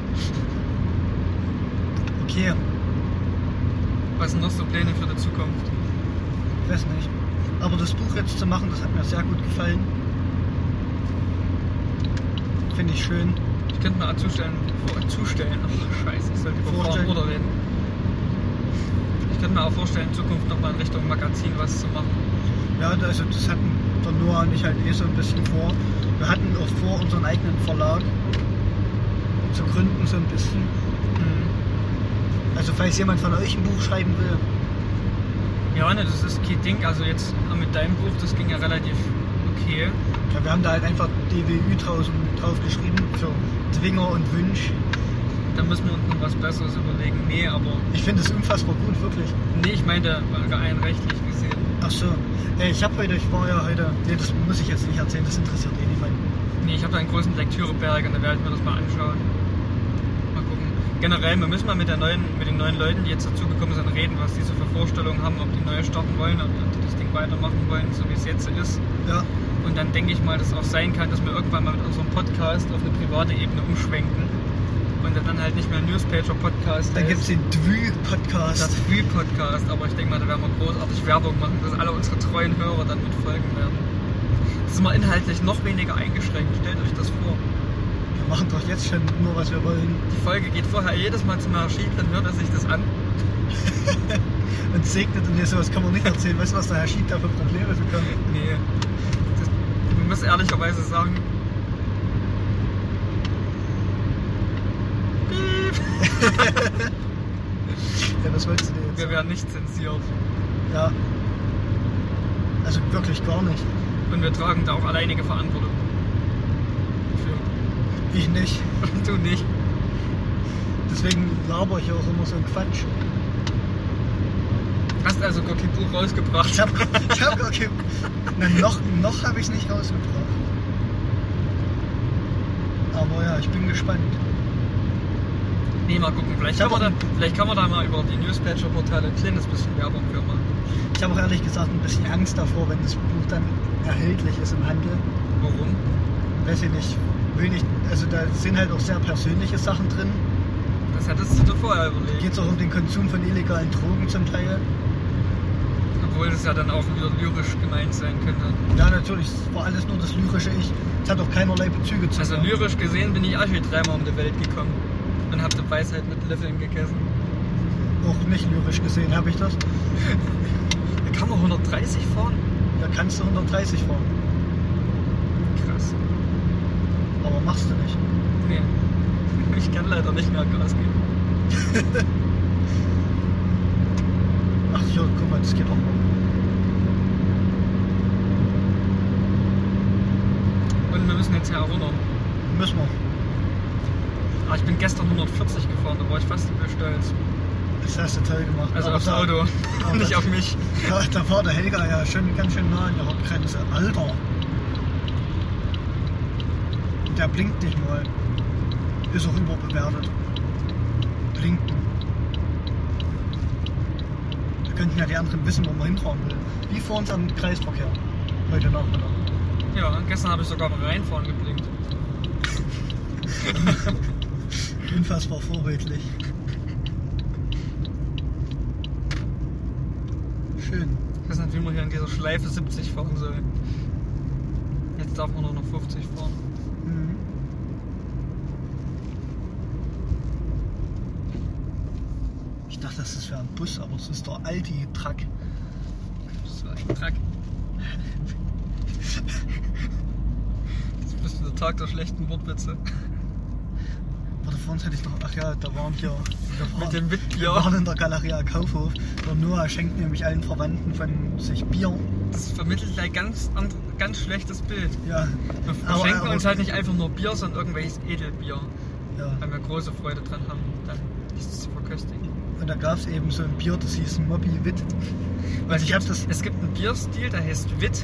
Okay, Was sind noch so Pläne für die Zukunft? ich weiß nicht. Aber das Buch jetzt zu machen, das hat mir sehr gut gefallen. Finde ich schön. Ich könnte mir auch zustellen, vor, zustellen. Ach, scheiße, ich sollte über Vor- Vorstellen. und Oder reden. Ich könnte mir auch vorstellen, in Zukunft nochmal in Richtung Magazin was zu machen. Ja, also das hatten der Noah und ich halt eh so ein bisschen vor. Wir hatten auch vor, unseren eigenen Verlag zu gründen, so ein bisschen. Hm. Also falls jemand von euch ein Buch schreiben will, Ja, ne, das ist kein Ding. Also jetzt mit deinem Buch, das ging ja relativ okay. ja, wir haben da halt einfach D W Ü draußen drauf geschrieben für Zwinger und Wünsch. Da müssen wir uns noch was Besseres überlegen. Nee, aber. Ich finde es unfassbar gut, wirklich. Nee, ich meinte rein rechtlich gesehen. Ach so, Ey, ich habe heute, ich war ja heute, nee, das muss ich jetzt nicht erzählen, das interessiert eh niemanden. Nee, ich habe da einen großen Lektüreberg und da werde ich mir das mal anschauen. Mal gucken. Generell, wir müssen mal mit, der neuen, mit den neuen Leuten, die jetzt dazugekommen sind, reden, was die so für Vorstellungen haben, ob die neu starten wollen, ob die das Ding weitermachen wollen, so wie es jetzt ist. Ja. Und dann denke ich mal, dass es auch sein kann, dass wir irgendwann mal mit unserem Podcast auf eine private Ebene umschwenken. Und der dann halt nicht mehr Newspager-Podcast Dann gibt es den Dwü-Podcast. Das Free-Podcast, aber ich denke mal, da werden wir großartig Werbung machen, dass alle unsere treuen Hörer dann mit folgen werden. Das ist mal inhaltlich noch weniger eingeschränkt, stellt euch das vor. Wir machen doch jetzt schon nur, was wir wollen. Die Folge geht vorher jedes Mal zum Herr Schied, dann hört er sich das an. Und segnet und nee, sowas kann man nicht erzählen. Weißt du, was der Herr Schied da für Probleme bekommt? Nee. Das, man muss ehrlicherweise sagen, Ja, was wolltest du dir jetzt? wir werden nicht zensiert. Ja. Also wirklich gar nicht. Und wir tragen da auch alleinige Verantwortung. Für. Ich nicht. Und du nicht. Deswegen laber ich auch immer so einen Quatsch. Hast also gar kein Buch rausgebracht? Ich habe ich hab gar kein... Na, noch noch habe ich es nicht rausgebracht. Aber ja, ich bin gespannt. Nee, mal gucken. Vielleicht Ich kann, hab man da, auch- vielleicht kann man da mal über die Newspatcher-Portale ein kleines bisschen Werbung für machen. Ich habe auch ehrlich gesagt ein bisschen Angst davor, wenn das Buch dann erhältlich ist im Handel. Warum? Weiß ich nicht. Will nicht. Also da sind halt auch sehr persönliche Sachen drin. Das hättest du dir vorher überlegt. Geht es auch um den Konsum von illegalen Drogen zum Teil. Obwohl das ja dann auch wieder lyrisch gemeint sein könnte. Ja, natürlich. Es war alles nur das lyrische Ich. Es hat auch keinerlei Bezüge zu Also mir. lyrisch gesehen bin ich auch schon dreimal um die Welt gekommen. Und hab die Weisheit mit Löffeln gegessen. Auch nicht lyrisch gesehen habe ich das. Da kann man hundertdreißig fahren? Da kannst du hundertdreißig fahren. Krass. Aber machst du nicht. Nee. Ich kann leider nicht mehr Gas geben. Ach ja, guck mal, das geht auch noch. Und wir müssen jetzt hier runter. Müssen wir. Ah, ich bin gestern hundertvierzig gefahren, da war ich fast übel stolz. Das hast du toll gemacht. Also Aber aufs da- Auto, aber nicht da- auf mich. Da, da war der Helga ja schon ganz schön nah an der Hauptgrenze. Alter. Der blinkt nicht mal. Ist auch überbewertet. Blinken. Da könnten ja die anderen wissen, wo man hinfahren will. Wie vor uns am Kreisverkehr. Heute Nachmittag. Ja, gestern habe ich sogar beim Reinfahren geblinkt. Unfassbar vorbildlich. Schön. Ich weiß nicht, wie man hier in dieser Schleife siebzig fahren soll. Jetzt darf man nur noch fünfzig fahren. Mhm. Ich dachte, das wäre ein Bus, aber es ist der Aldi-Truck. Das war ein Track. Das bist der Tag der schlechten Wortwitze. Warte, vor uns hätte ich noch. Ach ja, da waren wir. Wir Mit dem Wir Witbier. waren in der Galeria Kaufhof. Der Noah schenkt nämlich allen Verwandten von sich Bier. Das vermittelt ein ganz, andre, ganz schlechtes Bild. Ja. Wir Aber- schenken aber- uns halt nicht einfach nur Bier, sondern irgendwelches Edelbier. Ja. Weil wir große Freude dran haben, dann dieses zu verköstigen. Und da gab es eben so ein Bier, das hieß Moby Witt. Weil Also ich habe das. Es gibt einen Bierstil, der heißt Witt.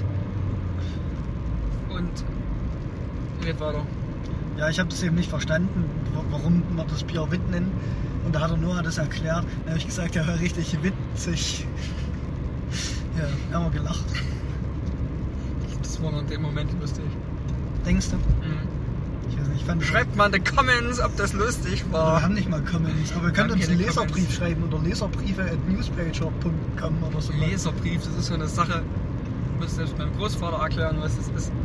Und. Red weiter. Ja, ich habe das eben nicht verstanden, wa- warum man das Bier Witt nennt. Und da hat er Noah das erklärt. Da habe ich gesagt, ja, war richtig witzig. Ja, haben wir gelacht. Das war noch in dem Moment lustig. Denkst du? Mhm. Ich weiß nicht, ich fand das. Schreibt mal in die Comments, ob das lustig Wir war. haben nicht mal Comments, aber ihr könnt haben uns einen keine Leserbrief Comments. schreiben oder leserbriefe at newspager punkt com oder so. Leserbrief, das ist so eine Sache. Ich muss selbst meinem Großvater erklären, was das ist.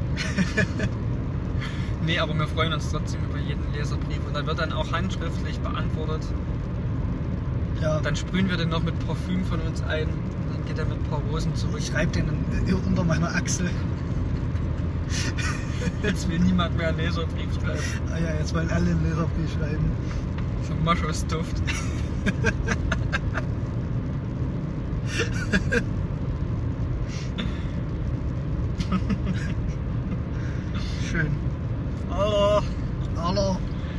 Nee, aber wir freuen uns trotzdem über jeden Leserbrief. Und da wird dann auch handschriftlich beantwortet. Ja, Dann sprühen wir den noch mit Parfüm von uns ein. Und dann geht er mit ein paar Rosen zurück. ich schreibe den in- unter meiner Achsel. Jetzt will niemand mehr einen Leserbrief schreiben. Ah ja, jetzt wollen alle einen Leserbrief schreiben. So Moschusduft. Schön. Alter. Alter.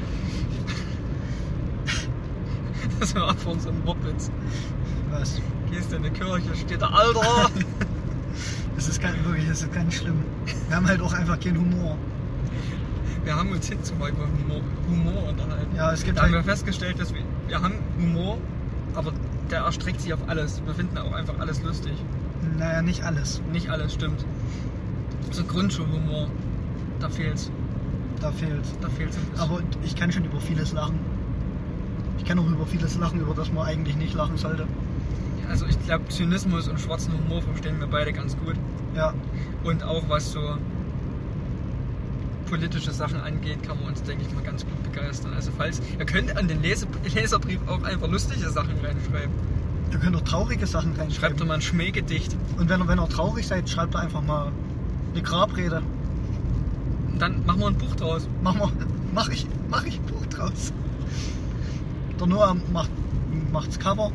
Das war von so einem Wortwitz. Was? Gehst in die Kirche, steht da Alter. Das ist ganz, wirklich, das ist ganz schlimm. Wir haben halt auch einfach keinen Humor. Wir haben uns hinzu mal über Humor, Humor unterhalten. Ja, es gibt Da haben wir halt, festgestellt, dass wir, wir haben Humor, aber der erstreckt sich auf alles. Wir finden auch einfach alles lustig. naja, nicht alles. Nicht alles stimmt. So Grundschulhumor, da fehlt's. Da fehlt. Da fehlt's ein bisschen. Aber ich kann schon über vieles lachen. Ich kann auch über vieles lachen, über das man eigentlich nicht lachen sollte. Also ich glaube, Zynismus und schwarzen Humor verstehen wir beide ganz gut. Ja, Und auch was so politische Sachen angeht, kann man uns, denke ich mal, ganz gut begeistern. Also falls, ihr könnt an den Lese Leserbrief auch einfach lustige Sachen reinschreiben. ihr könnt auch traurige Sachen Schreibt reinschreiben. doch mal ein Schmähgedicht. Und wenn ihr, wenn ihr traurig seid, schreibt ihr einfach mal eine Grabrede. Und dann machen wir ein Buch draus. Mach, mal, mach, ich, mach ich ein Buch draus. Der Noah macht, macht's Cover.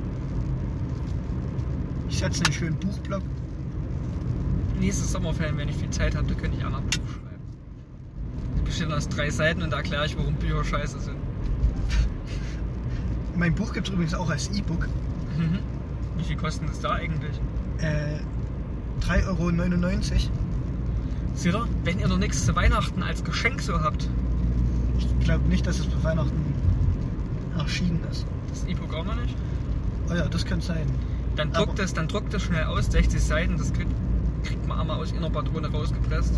Ich setze einen schönen Buchblock. Nächstes Sommerferien, wenn ich viel Zeit habe, da könnte ich auch noch ein Buch schreiben. Das besteht aus drei Seiten und da erkläre ich, warum Bücher scheiße sind. Mein Buch gibt es übrigens auch als E-Book. Mhm. Wie viel kosten das da eigentlich? Äh, drei Euro neunundneunzig. Seht ihr, wenn ihr noch nichts zu Weihnachten als Geschenk so habt. Ich glaube nicht, dass es bei Weihnachten erschienen ist. Das E-Book auch noch nicht? Oh ja, das könnte sein. Dann druckt Aber- das, dann druckt das schnell aus, sechzig Seiten, das kriegt, kriegt man einmal aus einer Patrone rausgepresst.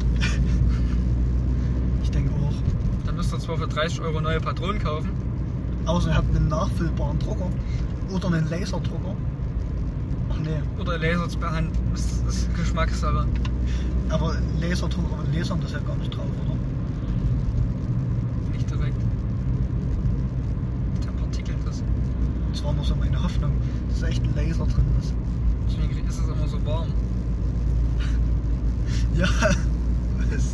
Ich denke auch. Dann müsst ihr zwar für dreißig Euro neue Patronen kaufen. Außer ihr habt einen nachfüllbaren Drucker oder einen Laserdrucker. Ach nee, Oder Lasers per Hand. Das ist eine Geschmackssache. aber Laserdrucker und Lasern, das ist ja gar nicht drauf, oder? Nicht direkt. Der Partikel das. Das war nur so meine Hoffnung, dass echt ein Laser drin ist. Deswegen ist es immer so warm. Ja, was?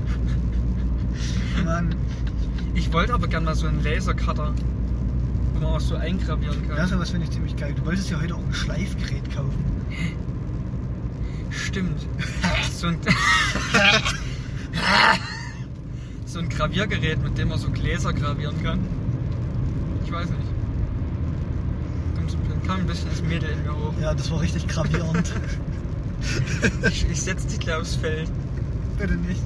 Mann, Ich wollte aber gerne mal so einen Lasercutter, wo man auch so eingravieren kann. ja, sowas finde ich ziemlich geil. Du wolltest ja heute auch ein Schleifgerät kaufen. Stimmt. So ein, so ein Graviergerät, mit dem man so Gläser gravieren kann. Ich weiß nicht. Kommt so- kam ein bisschen das Mädel in mir hoch. Ja, das war richtig gravierend. Ich, ich setz dich gleich aufs Feld. Bitte nicht.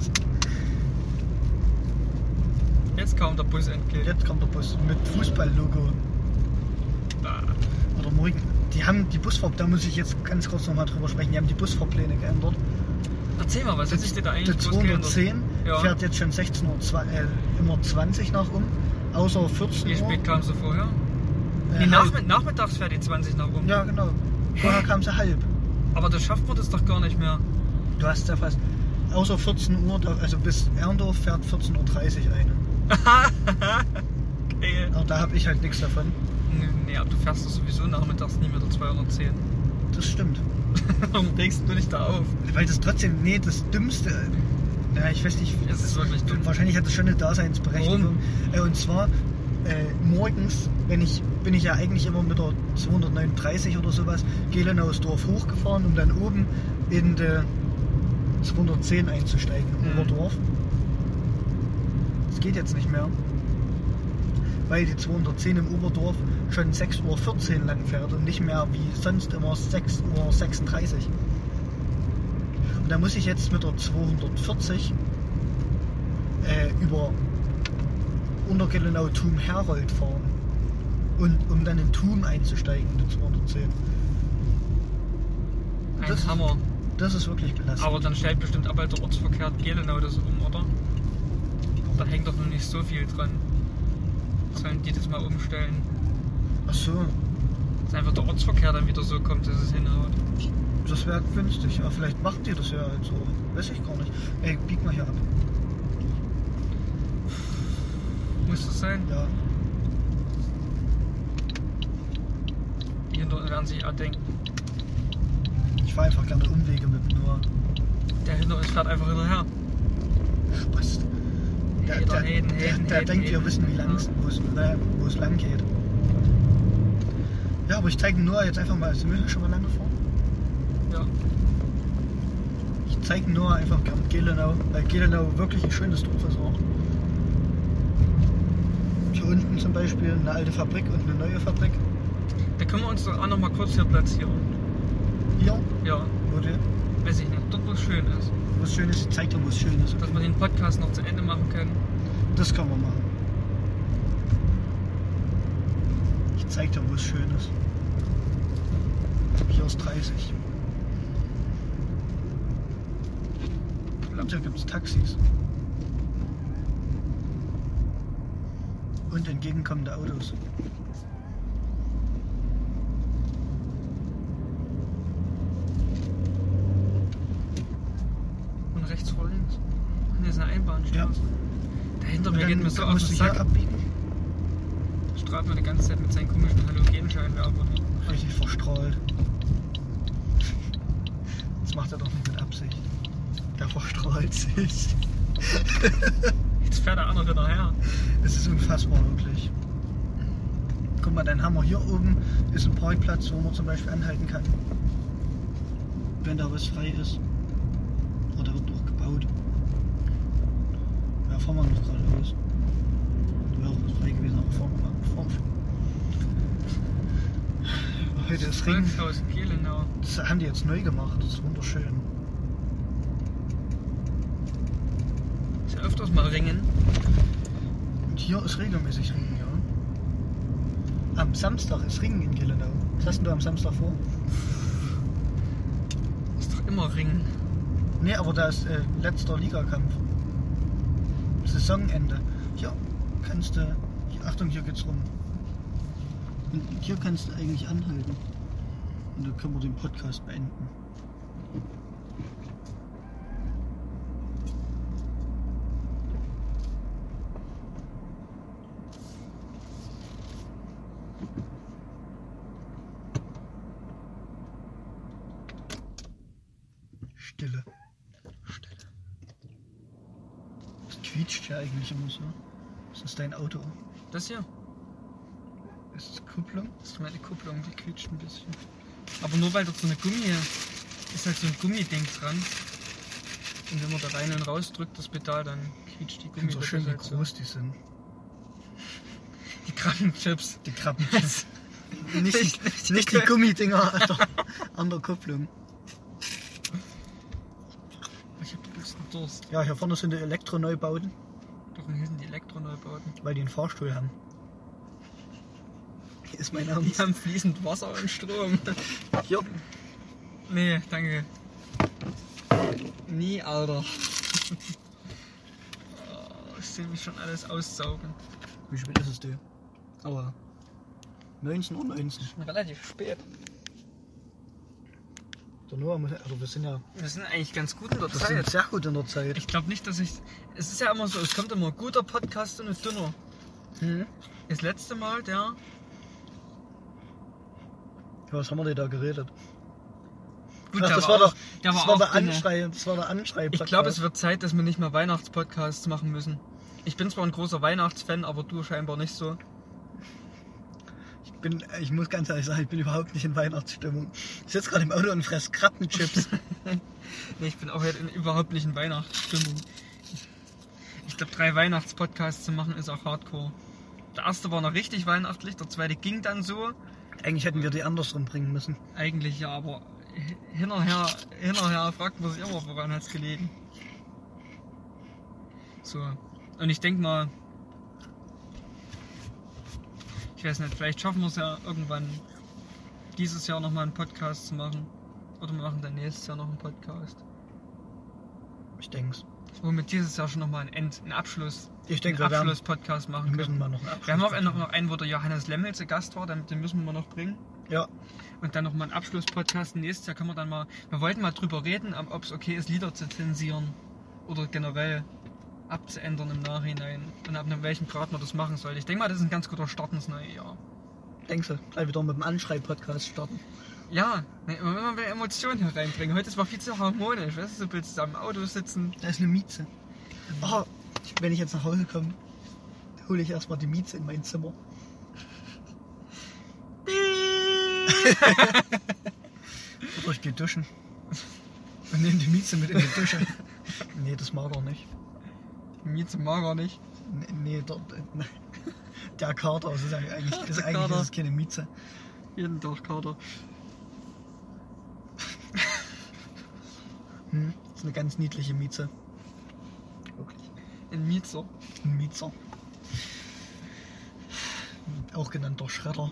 Jetzt kam der Bus entgegen. Jetzt kommt der Bus mit Fußball-Logo. Ah, Oder morgen. Die haben die Busfahr... Da muss ich jetzt ganz kurz nochmal drüber sprechen. Die haben die Busfahrpläne geändert. Erzähl mal, was hat sich dir da Der eigentlich groß geändert? zweihundertzehn Ja. fährt jetzt schon sechzehn Uhr zwanzig, äh, immer zwanzig nach um. Außer vierzehn Wie Uhr. spät kam sie vorher? Äh, Nee, halb. nachmitt nachmittags fährt die zwanzig nach rum. Ja, genau. Vorher kam sie halb. Aber das schafft man das doch gar nicht mehr. Du hast ja fast... Außer vierzehn Uhr, da- also bis Erndorf fährt vierzehn Uhr dreißig eine. Geil. Aber da habe ich halt nichts davon. Nee, aber du fährst doch sowieso nachmittags nie mit der zweihundertzehn. Das stimmt. Warum regst du dich da auf? Weil das trotzdem... Nee, das Dümmste... Ja, ich weiß nicht... Es ist wirklich dumm. Wahrscheinlich hat das schon eine Daseinsberechtigung. Äh, und zwar äh, morgens, wenn ich, bin ich ja eigentlich immer mit der zweihundertneununddreißig oder sowas Gelenausdorf hochgefahren, um dann oben in die zweihundertzehn einzusteigen, in Mhm. Oberdorf. Das geht jetzt nicht mehr, weil die zweihundertzehn im Oberdorf schon sechs Uhr vierzehn lang fährt und nicht mehr wie sonst immer sechs Uhr sechsunddreißig. Und da muss ich jetzt mit der zweihundertvierzig äh, über Untergelenau Thum Herold fahren. Und um dann in Thum einzusteigen, in die zweihundertzehn. Ein Das ist- Hammer. Das ist wirklich belastend. Aber dann stellt bestimmt ab, der Ortsverkehr Gelenau das um, oder? Da hängt doch noch nicht so viel dran. Sollen die das mal umstellen? Ach so, Dass einfach der Ortsverkehr dann wieder so kommt, dass es hinhaut. das wäre günstig. Ja, vielleicht macht ihr das ja halt so. Weiß ich gar nicht. Ey, bieg mal hier ab. Muss das sein? Ja. Die hinter uns werden sich auch denken, Ich fahre einfach gerne Umwege mit nur der hinter uns fährt einfach hinterher. Spaß. Der, Hater, der, haten, der, haten, der haten, denkt, wir haten. wissen, wie lang es wo es- äh, wo es lang geht. Ja, aber ich zeige Noah jetzt einfach mal. Sind wir schon mal lange vor? Ja. Ich zeige Noah einfach gerne Gelenau, weil Gelenau wirklich ein schönes Dorf ist auch. Hier unten zum Beispiel eine alte Fabrik und eine neue Fabrik. Da können wir uns doch auch noch mal kurz hier platzieren. Hier, Ja, wo der, weiß ich nicht. Dort, wo es schön ist. wo es schön ist, ich zeig dir, wo es schön ist. Dass wir den Podcast noch zu Ende machen können. Das können wir machen. Ich zeig dir, wo es schön ist. Hier ist dreißig. Und hier gibt es Taxis. Und entgegenkommende Autos. Und rechts vor links. Hier ist eine Einbahnstraße. Ja. Dahinter Und mir geht mir so auf musst den du hier Sack. abbiegen. Strahlt mir die ganze Zeit mit seinen komischen Halogenscheinwerfern. Richtig verstrahlt. Das macht er doch nicht mit Absicht. Der verstrahlt sich. Jetzt fährt der andere hinterher. Es ist unfassbar, wirklich. Guck mal, dann haben wir hier oben ist ein Parkplatz, wo man zum Beispiel anhalten kann. Wenn da was frei ist. Oder wird noch gebaut. Ja, fahren wir noch gerade los. Da wäre auch was frei gewesen, aber fahren wir mal. Fahren wir. Leute, es Ringen. Volkshaus Gelenau. Das haben die jetzt neu gemacht, das ist wunderschön. Ist ja öfters mal Ringen. Und hier ist regelmäßig Ringen, ja. Am Samstag ist Ringen in Gelenau. Was hast denn du am Samstag vor? Ist doch immer Ringen. Nee, aber da ist äh, letzter Ligakampf. Saisonende. Hier kannst du. Hier, Achtung, hier geht's rum. Und hier kannst du eigentlich anhalten. Und dann können wir den Podcast beenden. Stille. Stille. Das quietscht ja eigentlich immer so. Das ist dein Auto. Das hier? Ist das Kupplung? Das ist meine Kupplung, die quietscht ein bisschen. Aber nur weil dort so eine Gummi, ist halt so ein Gummiding dran. Und wenn man da rein und raus drückt, das Pedal, dann quietscht die Ich Gummi. finde so schön, wie halt so. groß die sind. Die Krabbenchips. Die Krabbenchips. nicht, Nicht- nicht die nicht die Kö- Gummidinger an der, an der Kupplung. Ich hab den größten Durst. Ja, hier vorne sind die Elektroneubauten, Doch, hier sind die Elektroneubauten. weil die einen Fahrstuhl haben. Hier ist mein Die Ernst. haben fließend Wasser und Strom. Hier. Nee, danke. Nie, Alter. Oh, ich sehe mich schon alles aussaugen. Wie spät ist es dir? Aber neunzehn Uhr neunzehn. Schon relativ spät. Der Noah muss, also wir sind ja Wir sind eigentlich ganz gut in der wir sind Zeit. sehr gut in der Zeit. Ich glaube nicht, dass ich... Es ist ja immer so, es kommt immer ein guter Podcast und ein dünner. Hm? Das letzte Mal, der... Was haben wir denn da geredet? Gut, Ach, der das war war, auch, der, der das war war auch der dünne. Anschrei, das war der Anschrei. Ich glaube, es wird Zeit, dass wir nicht mehr Weihnachtspodcasts machen müssen. Ich bin zwar ein großer Weihnachtsfan, aber du scheinbar nicht so. Ich bin, ich muss ganz ehrlich sagen, ich bin überhaupt nicht in Weihnachtsstimmung. Ich sitze gerade im Auto und fress Krabbenchips. Nee, ich bin auch halt in überhaupt nicht in Weihnachtsstimmung. Ich glaube, drei Weihnachtspodcasts zu machen ist auch hardcore. Der erste war noch richtig weihnachtlich, der zweite ging dann so. Eigentlich hätten wir die andersrum bringen müssen. Eigentlich ja, aber hinterher, hinterher fragt man sich immer, woran hat es gelegen. So. Und ich denke mal, ich weiß nicht, vielleicht schaffen wir es ja irgendwann dieses Jahr nochmal einen Podcast zu machen. Oder wir machen dann nächstes Jahr noch einen Podcast. Ich denke Womit dieses Jahr schon nochmal einen, End, einen Abschluss, Ich denke, einen wir werden, Abschluss-Podcast machen wir müssen können. mal noch einen Abschluss Wir haben auch machen. noch, noch einen, wo der Johannes Lemmel zu Gast war, den, den müssen wir noch bringen. Ja, Und dann nochmal einen Abschluss-Podcast. Nächstes Jahr können wir dann mal, wir wollten mal drüber reden, ob es okay ist, Lieder zu zensieren. Oder generell abzuändern im Nachhinein. Und ab welchem Grad man das machen soll. Ich denke mal, das ist ein ganz guter Start ins neue Jahr. denkst du, gleich wieder mit dem Anschrei-Podcast starten. Ja, ne, wenn wir mehr Emotionen hier reinbringen. Heute ist war viel zu harmonisch. Weißt du, so willst du am Auto sitzen. Da ist eine Mieze. Oh, wenn ich jetzt nach Hause komme, hole ich erstmal die Mieze in mein Zimmer. Oder ich gehe duschen. Und nehme die Mieze mit in die Dusche. Nee, das mag er nicht. Mieze mag er nicht. Nee, nee dort, äh, der Kater, das ist eigentlich, das ist Der eigentlich Kater. ist es keine Mieze. Jeden Tag Kater. Hm, das ist eine ganz niedliche Mieze. Wirklich. Ein Miezer. Ein Miezer. Auch genannt der Schredder.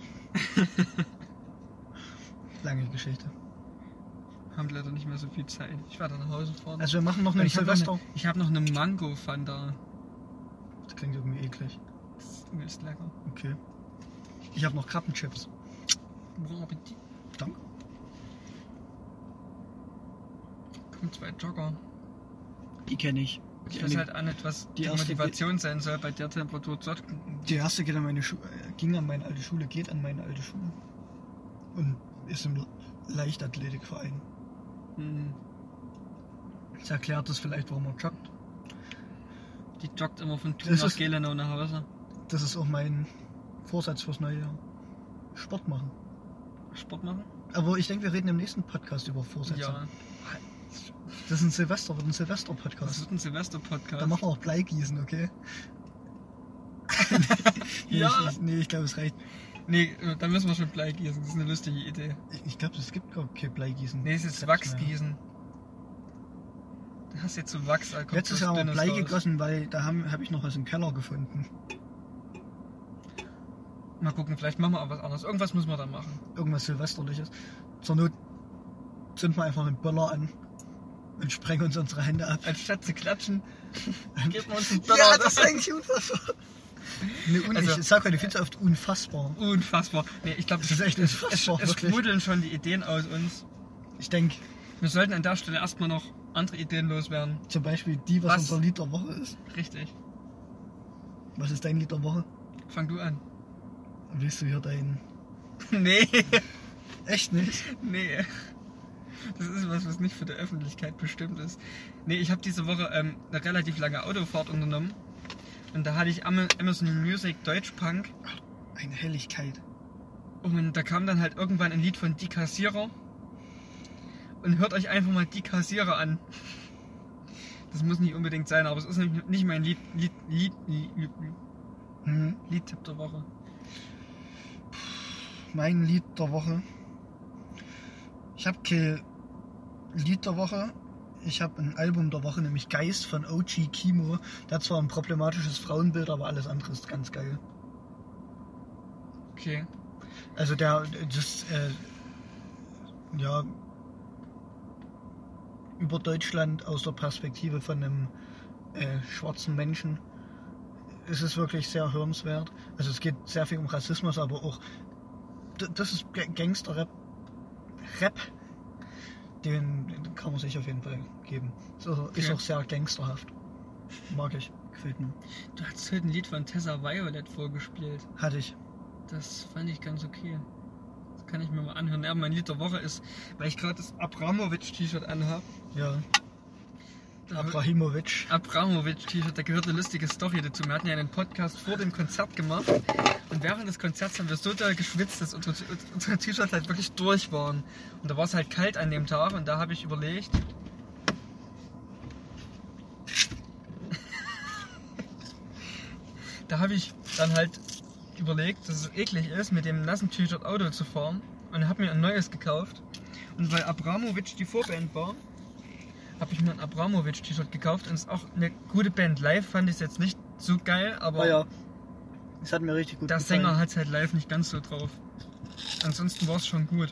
Lange Geschichte. Haben leider nicht mehr so viel Zeit. Ich werde nach Hause fahren. Also wir machen noch Und einen ich habe noch, Silvester. eine- ich hab noch eine Mango-Fanta. Das klingt irgendwie eklig. Das ist übelst lecker. Okay. Ich habe noch Krabbenchips. Bon Appetit. Danke. Kommen zwei Jogger. Die kenne ich. Ich weiß halt auch nicht, was die die, erste Motivation sein soll bei der Temperatur dort. Die erste geht an meine Schu äh, ging an meine alte Schule, geht an meine alte Schule. Und ist im Leichtathletikverein. Hm, Das erklärt das vielleicht, warum er joggt. die joggt immer von Thun Das nach ist- Gelenau nach Hause. Das ist auch mein Vorsatz fürs neue Jahr. Sport machen. Sport machen? Aber ich denke, wir reden im nächsten Podcast über Vorsätze. Ja. Das ist ein Silvester, wird ein Das Silvester-Podcast. wird ein Silvester-Podcast. Da machen wir auch Bleigießen, okay? nee, Ja. ich, ich, nee, ich glaube, es reicht. Nee, dann müssen wir schon Blei gießen. Das ist eine lustige Idee. Ich, ich glaube, es gibt gar kein Bleigießen. Nee, es ist Wachsgießen. Du hast jetzt so Wachs. Da kommt Letztes was Jahr haben wir Dünnes Blei raus. gegossen, weil da habe hab ich noch was im Keller gefunden. Mal gucken, vielleicht machen wir auch was anderes. Irgendwas müssen wir da machen. Irgendwas Silvesterliches. Zur Not zünden wir einfach einen Böller an und sprengen uns unsere Hände ab. Anstatt zu klatschen, geben wir uns einen Böller. Ja, das ist eigentlich unfassbar. Nee, un Also- ich sag heute viel zu oft unfassbar. Unfassbar. Nee, ich glaube, Das ist echt es, unfassbar, es, es wirklich. sprudeln schon die Ideen aus uns. Ich denke, Wir sollten an der Stelle erstmal noch andere Ideen loswerden. zum Beispiel die, was, Was? unser Lied der Woche ist. Richtig. Was ist dein Lied der Woche? Fang du an. Willst du hier dein... Nee, Echt nicht? nee. Das ist was, was nicht für die Öffentlichkeit bestimmt ist. Nee, ich habe diese Woche ähm, eine relativ lange Autofahrt unternommen. Und da hatte ich Am- Amazon Music Deutschpunk. Eine Helligkeit. Und da kam dann halt irgendwann ein Lied von Die Kassierer. Und hört euch einfach mal Die Kassierer an. Das muss nicht unbedingt sein, aber es ist nicht nicht mein Lied, Lied, Lied, Lied, Lied, Hm. Liedtipp der Woche. Mein Lied der Woche. Ich habe kein Lied der Woche. Ich habe ein Album der Woche, nämlich Geist von O G Kimo. Der hat zwar ein problematisches Frauenbild, aber alles andere ist ganz geil. Okay. Also der, das, äh, ja, über Deutschland aus der Perspektive von einem äh, schwarzen Menschen ist es wirklich sehr hörenswert. Also es geht sehr viel um Rassismus, aber auch, d- das ist G- Gangster-Rap, Rap, den, den kann man sich auf jeden Fall geben. Ist auch, ist Okay. auch sehr gangsterhaft. Mag ich, gefällt mir. Du hast heute ein Lied von Tessa Violet vorgespielt. Hatte ich. Das fand ich ganz okay. Das kann ich mir mal anhören. Ja, mein Lied der Woche ist, weil ich gerade das Abramovic-T-Shirt anhabe. Ja, Da- Abrahimovic. Abramovic-T-Shirt, da gehört eine lustige Story dazu. Wir hatten ja einen Podcast vor dem Konzert gemacht und während des Konzerts haben wir so doll geschwitzt, dass unsere, unsere T-Shirts halt wirklich durch waren. Und da war es halt kalt an dem Tag und da habe ich überlegt, da habe ich dann halt überlegt, dass es eklig ist, mit dem nassen T-Shirt Auto zu fahren und habe mir ein neues gekauft. Und weil Abramovic die Vorband war, habe ich mir ein Abramovic-T-Shirt gekauft und es ist auch eine gute Band. Live fand ich es jetzt nicht so geil, aber Oh ja, das hat mir richtig gut der gefallen. Sänger hat es halt live nicht ganz so drauf. Ansonsten war es schon gut.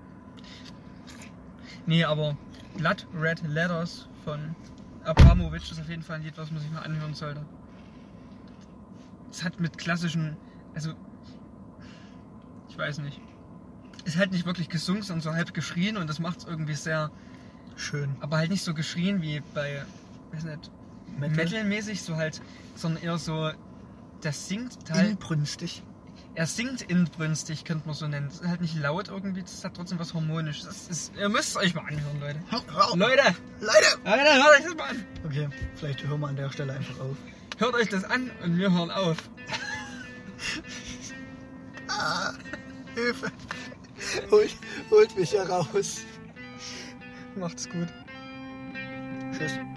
Nee, aber Blood Red Letters von Abramovic ist auf jeden Fall ein Lied, was man sich mal anhören sollte. Es hat mit klassischen, also ich weiß nicht, ist halt nicht wirklich gesungen, sondern so halb geschrien und das macht es irgendwie sehr, Schön. aber halt nicht so geschrien wie bei, weiß nicht, Metal. Metal-mäßig, so halt, sondern eher so, das singt halt, Inbrünstig. er singt inbrünstig, könnte man so nennen. Das ist halt nicht laut irgendwie, das hat trotzdem was Harmonisches. Das ist, ihr müsst es euch mal anhören, Leute. Hör, hör auf. Leute! Leute! Leute, hört euch das mal an! Okay, vielleicht hören wir an der Stelle einfach auf. Hört euch das an und wir hören auf. Ah, Hilfe! Holt, holt mich heraus. Macht's gut. Tschüss.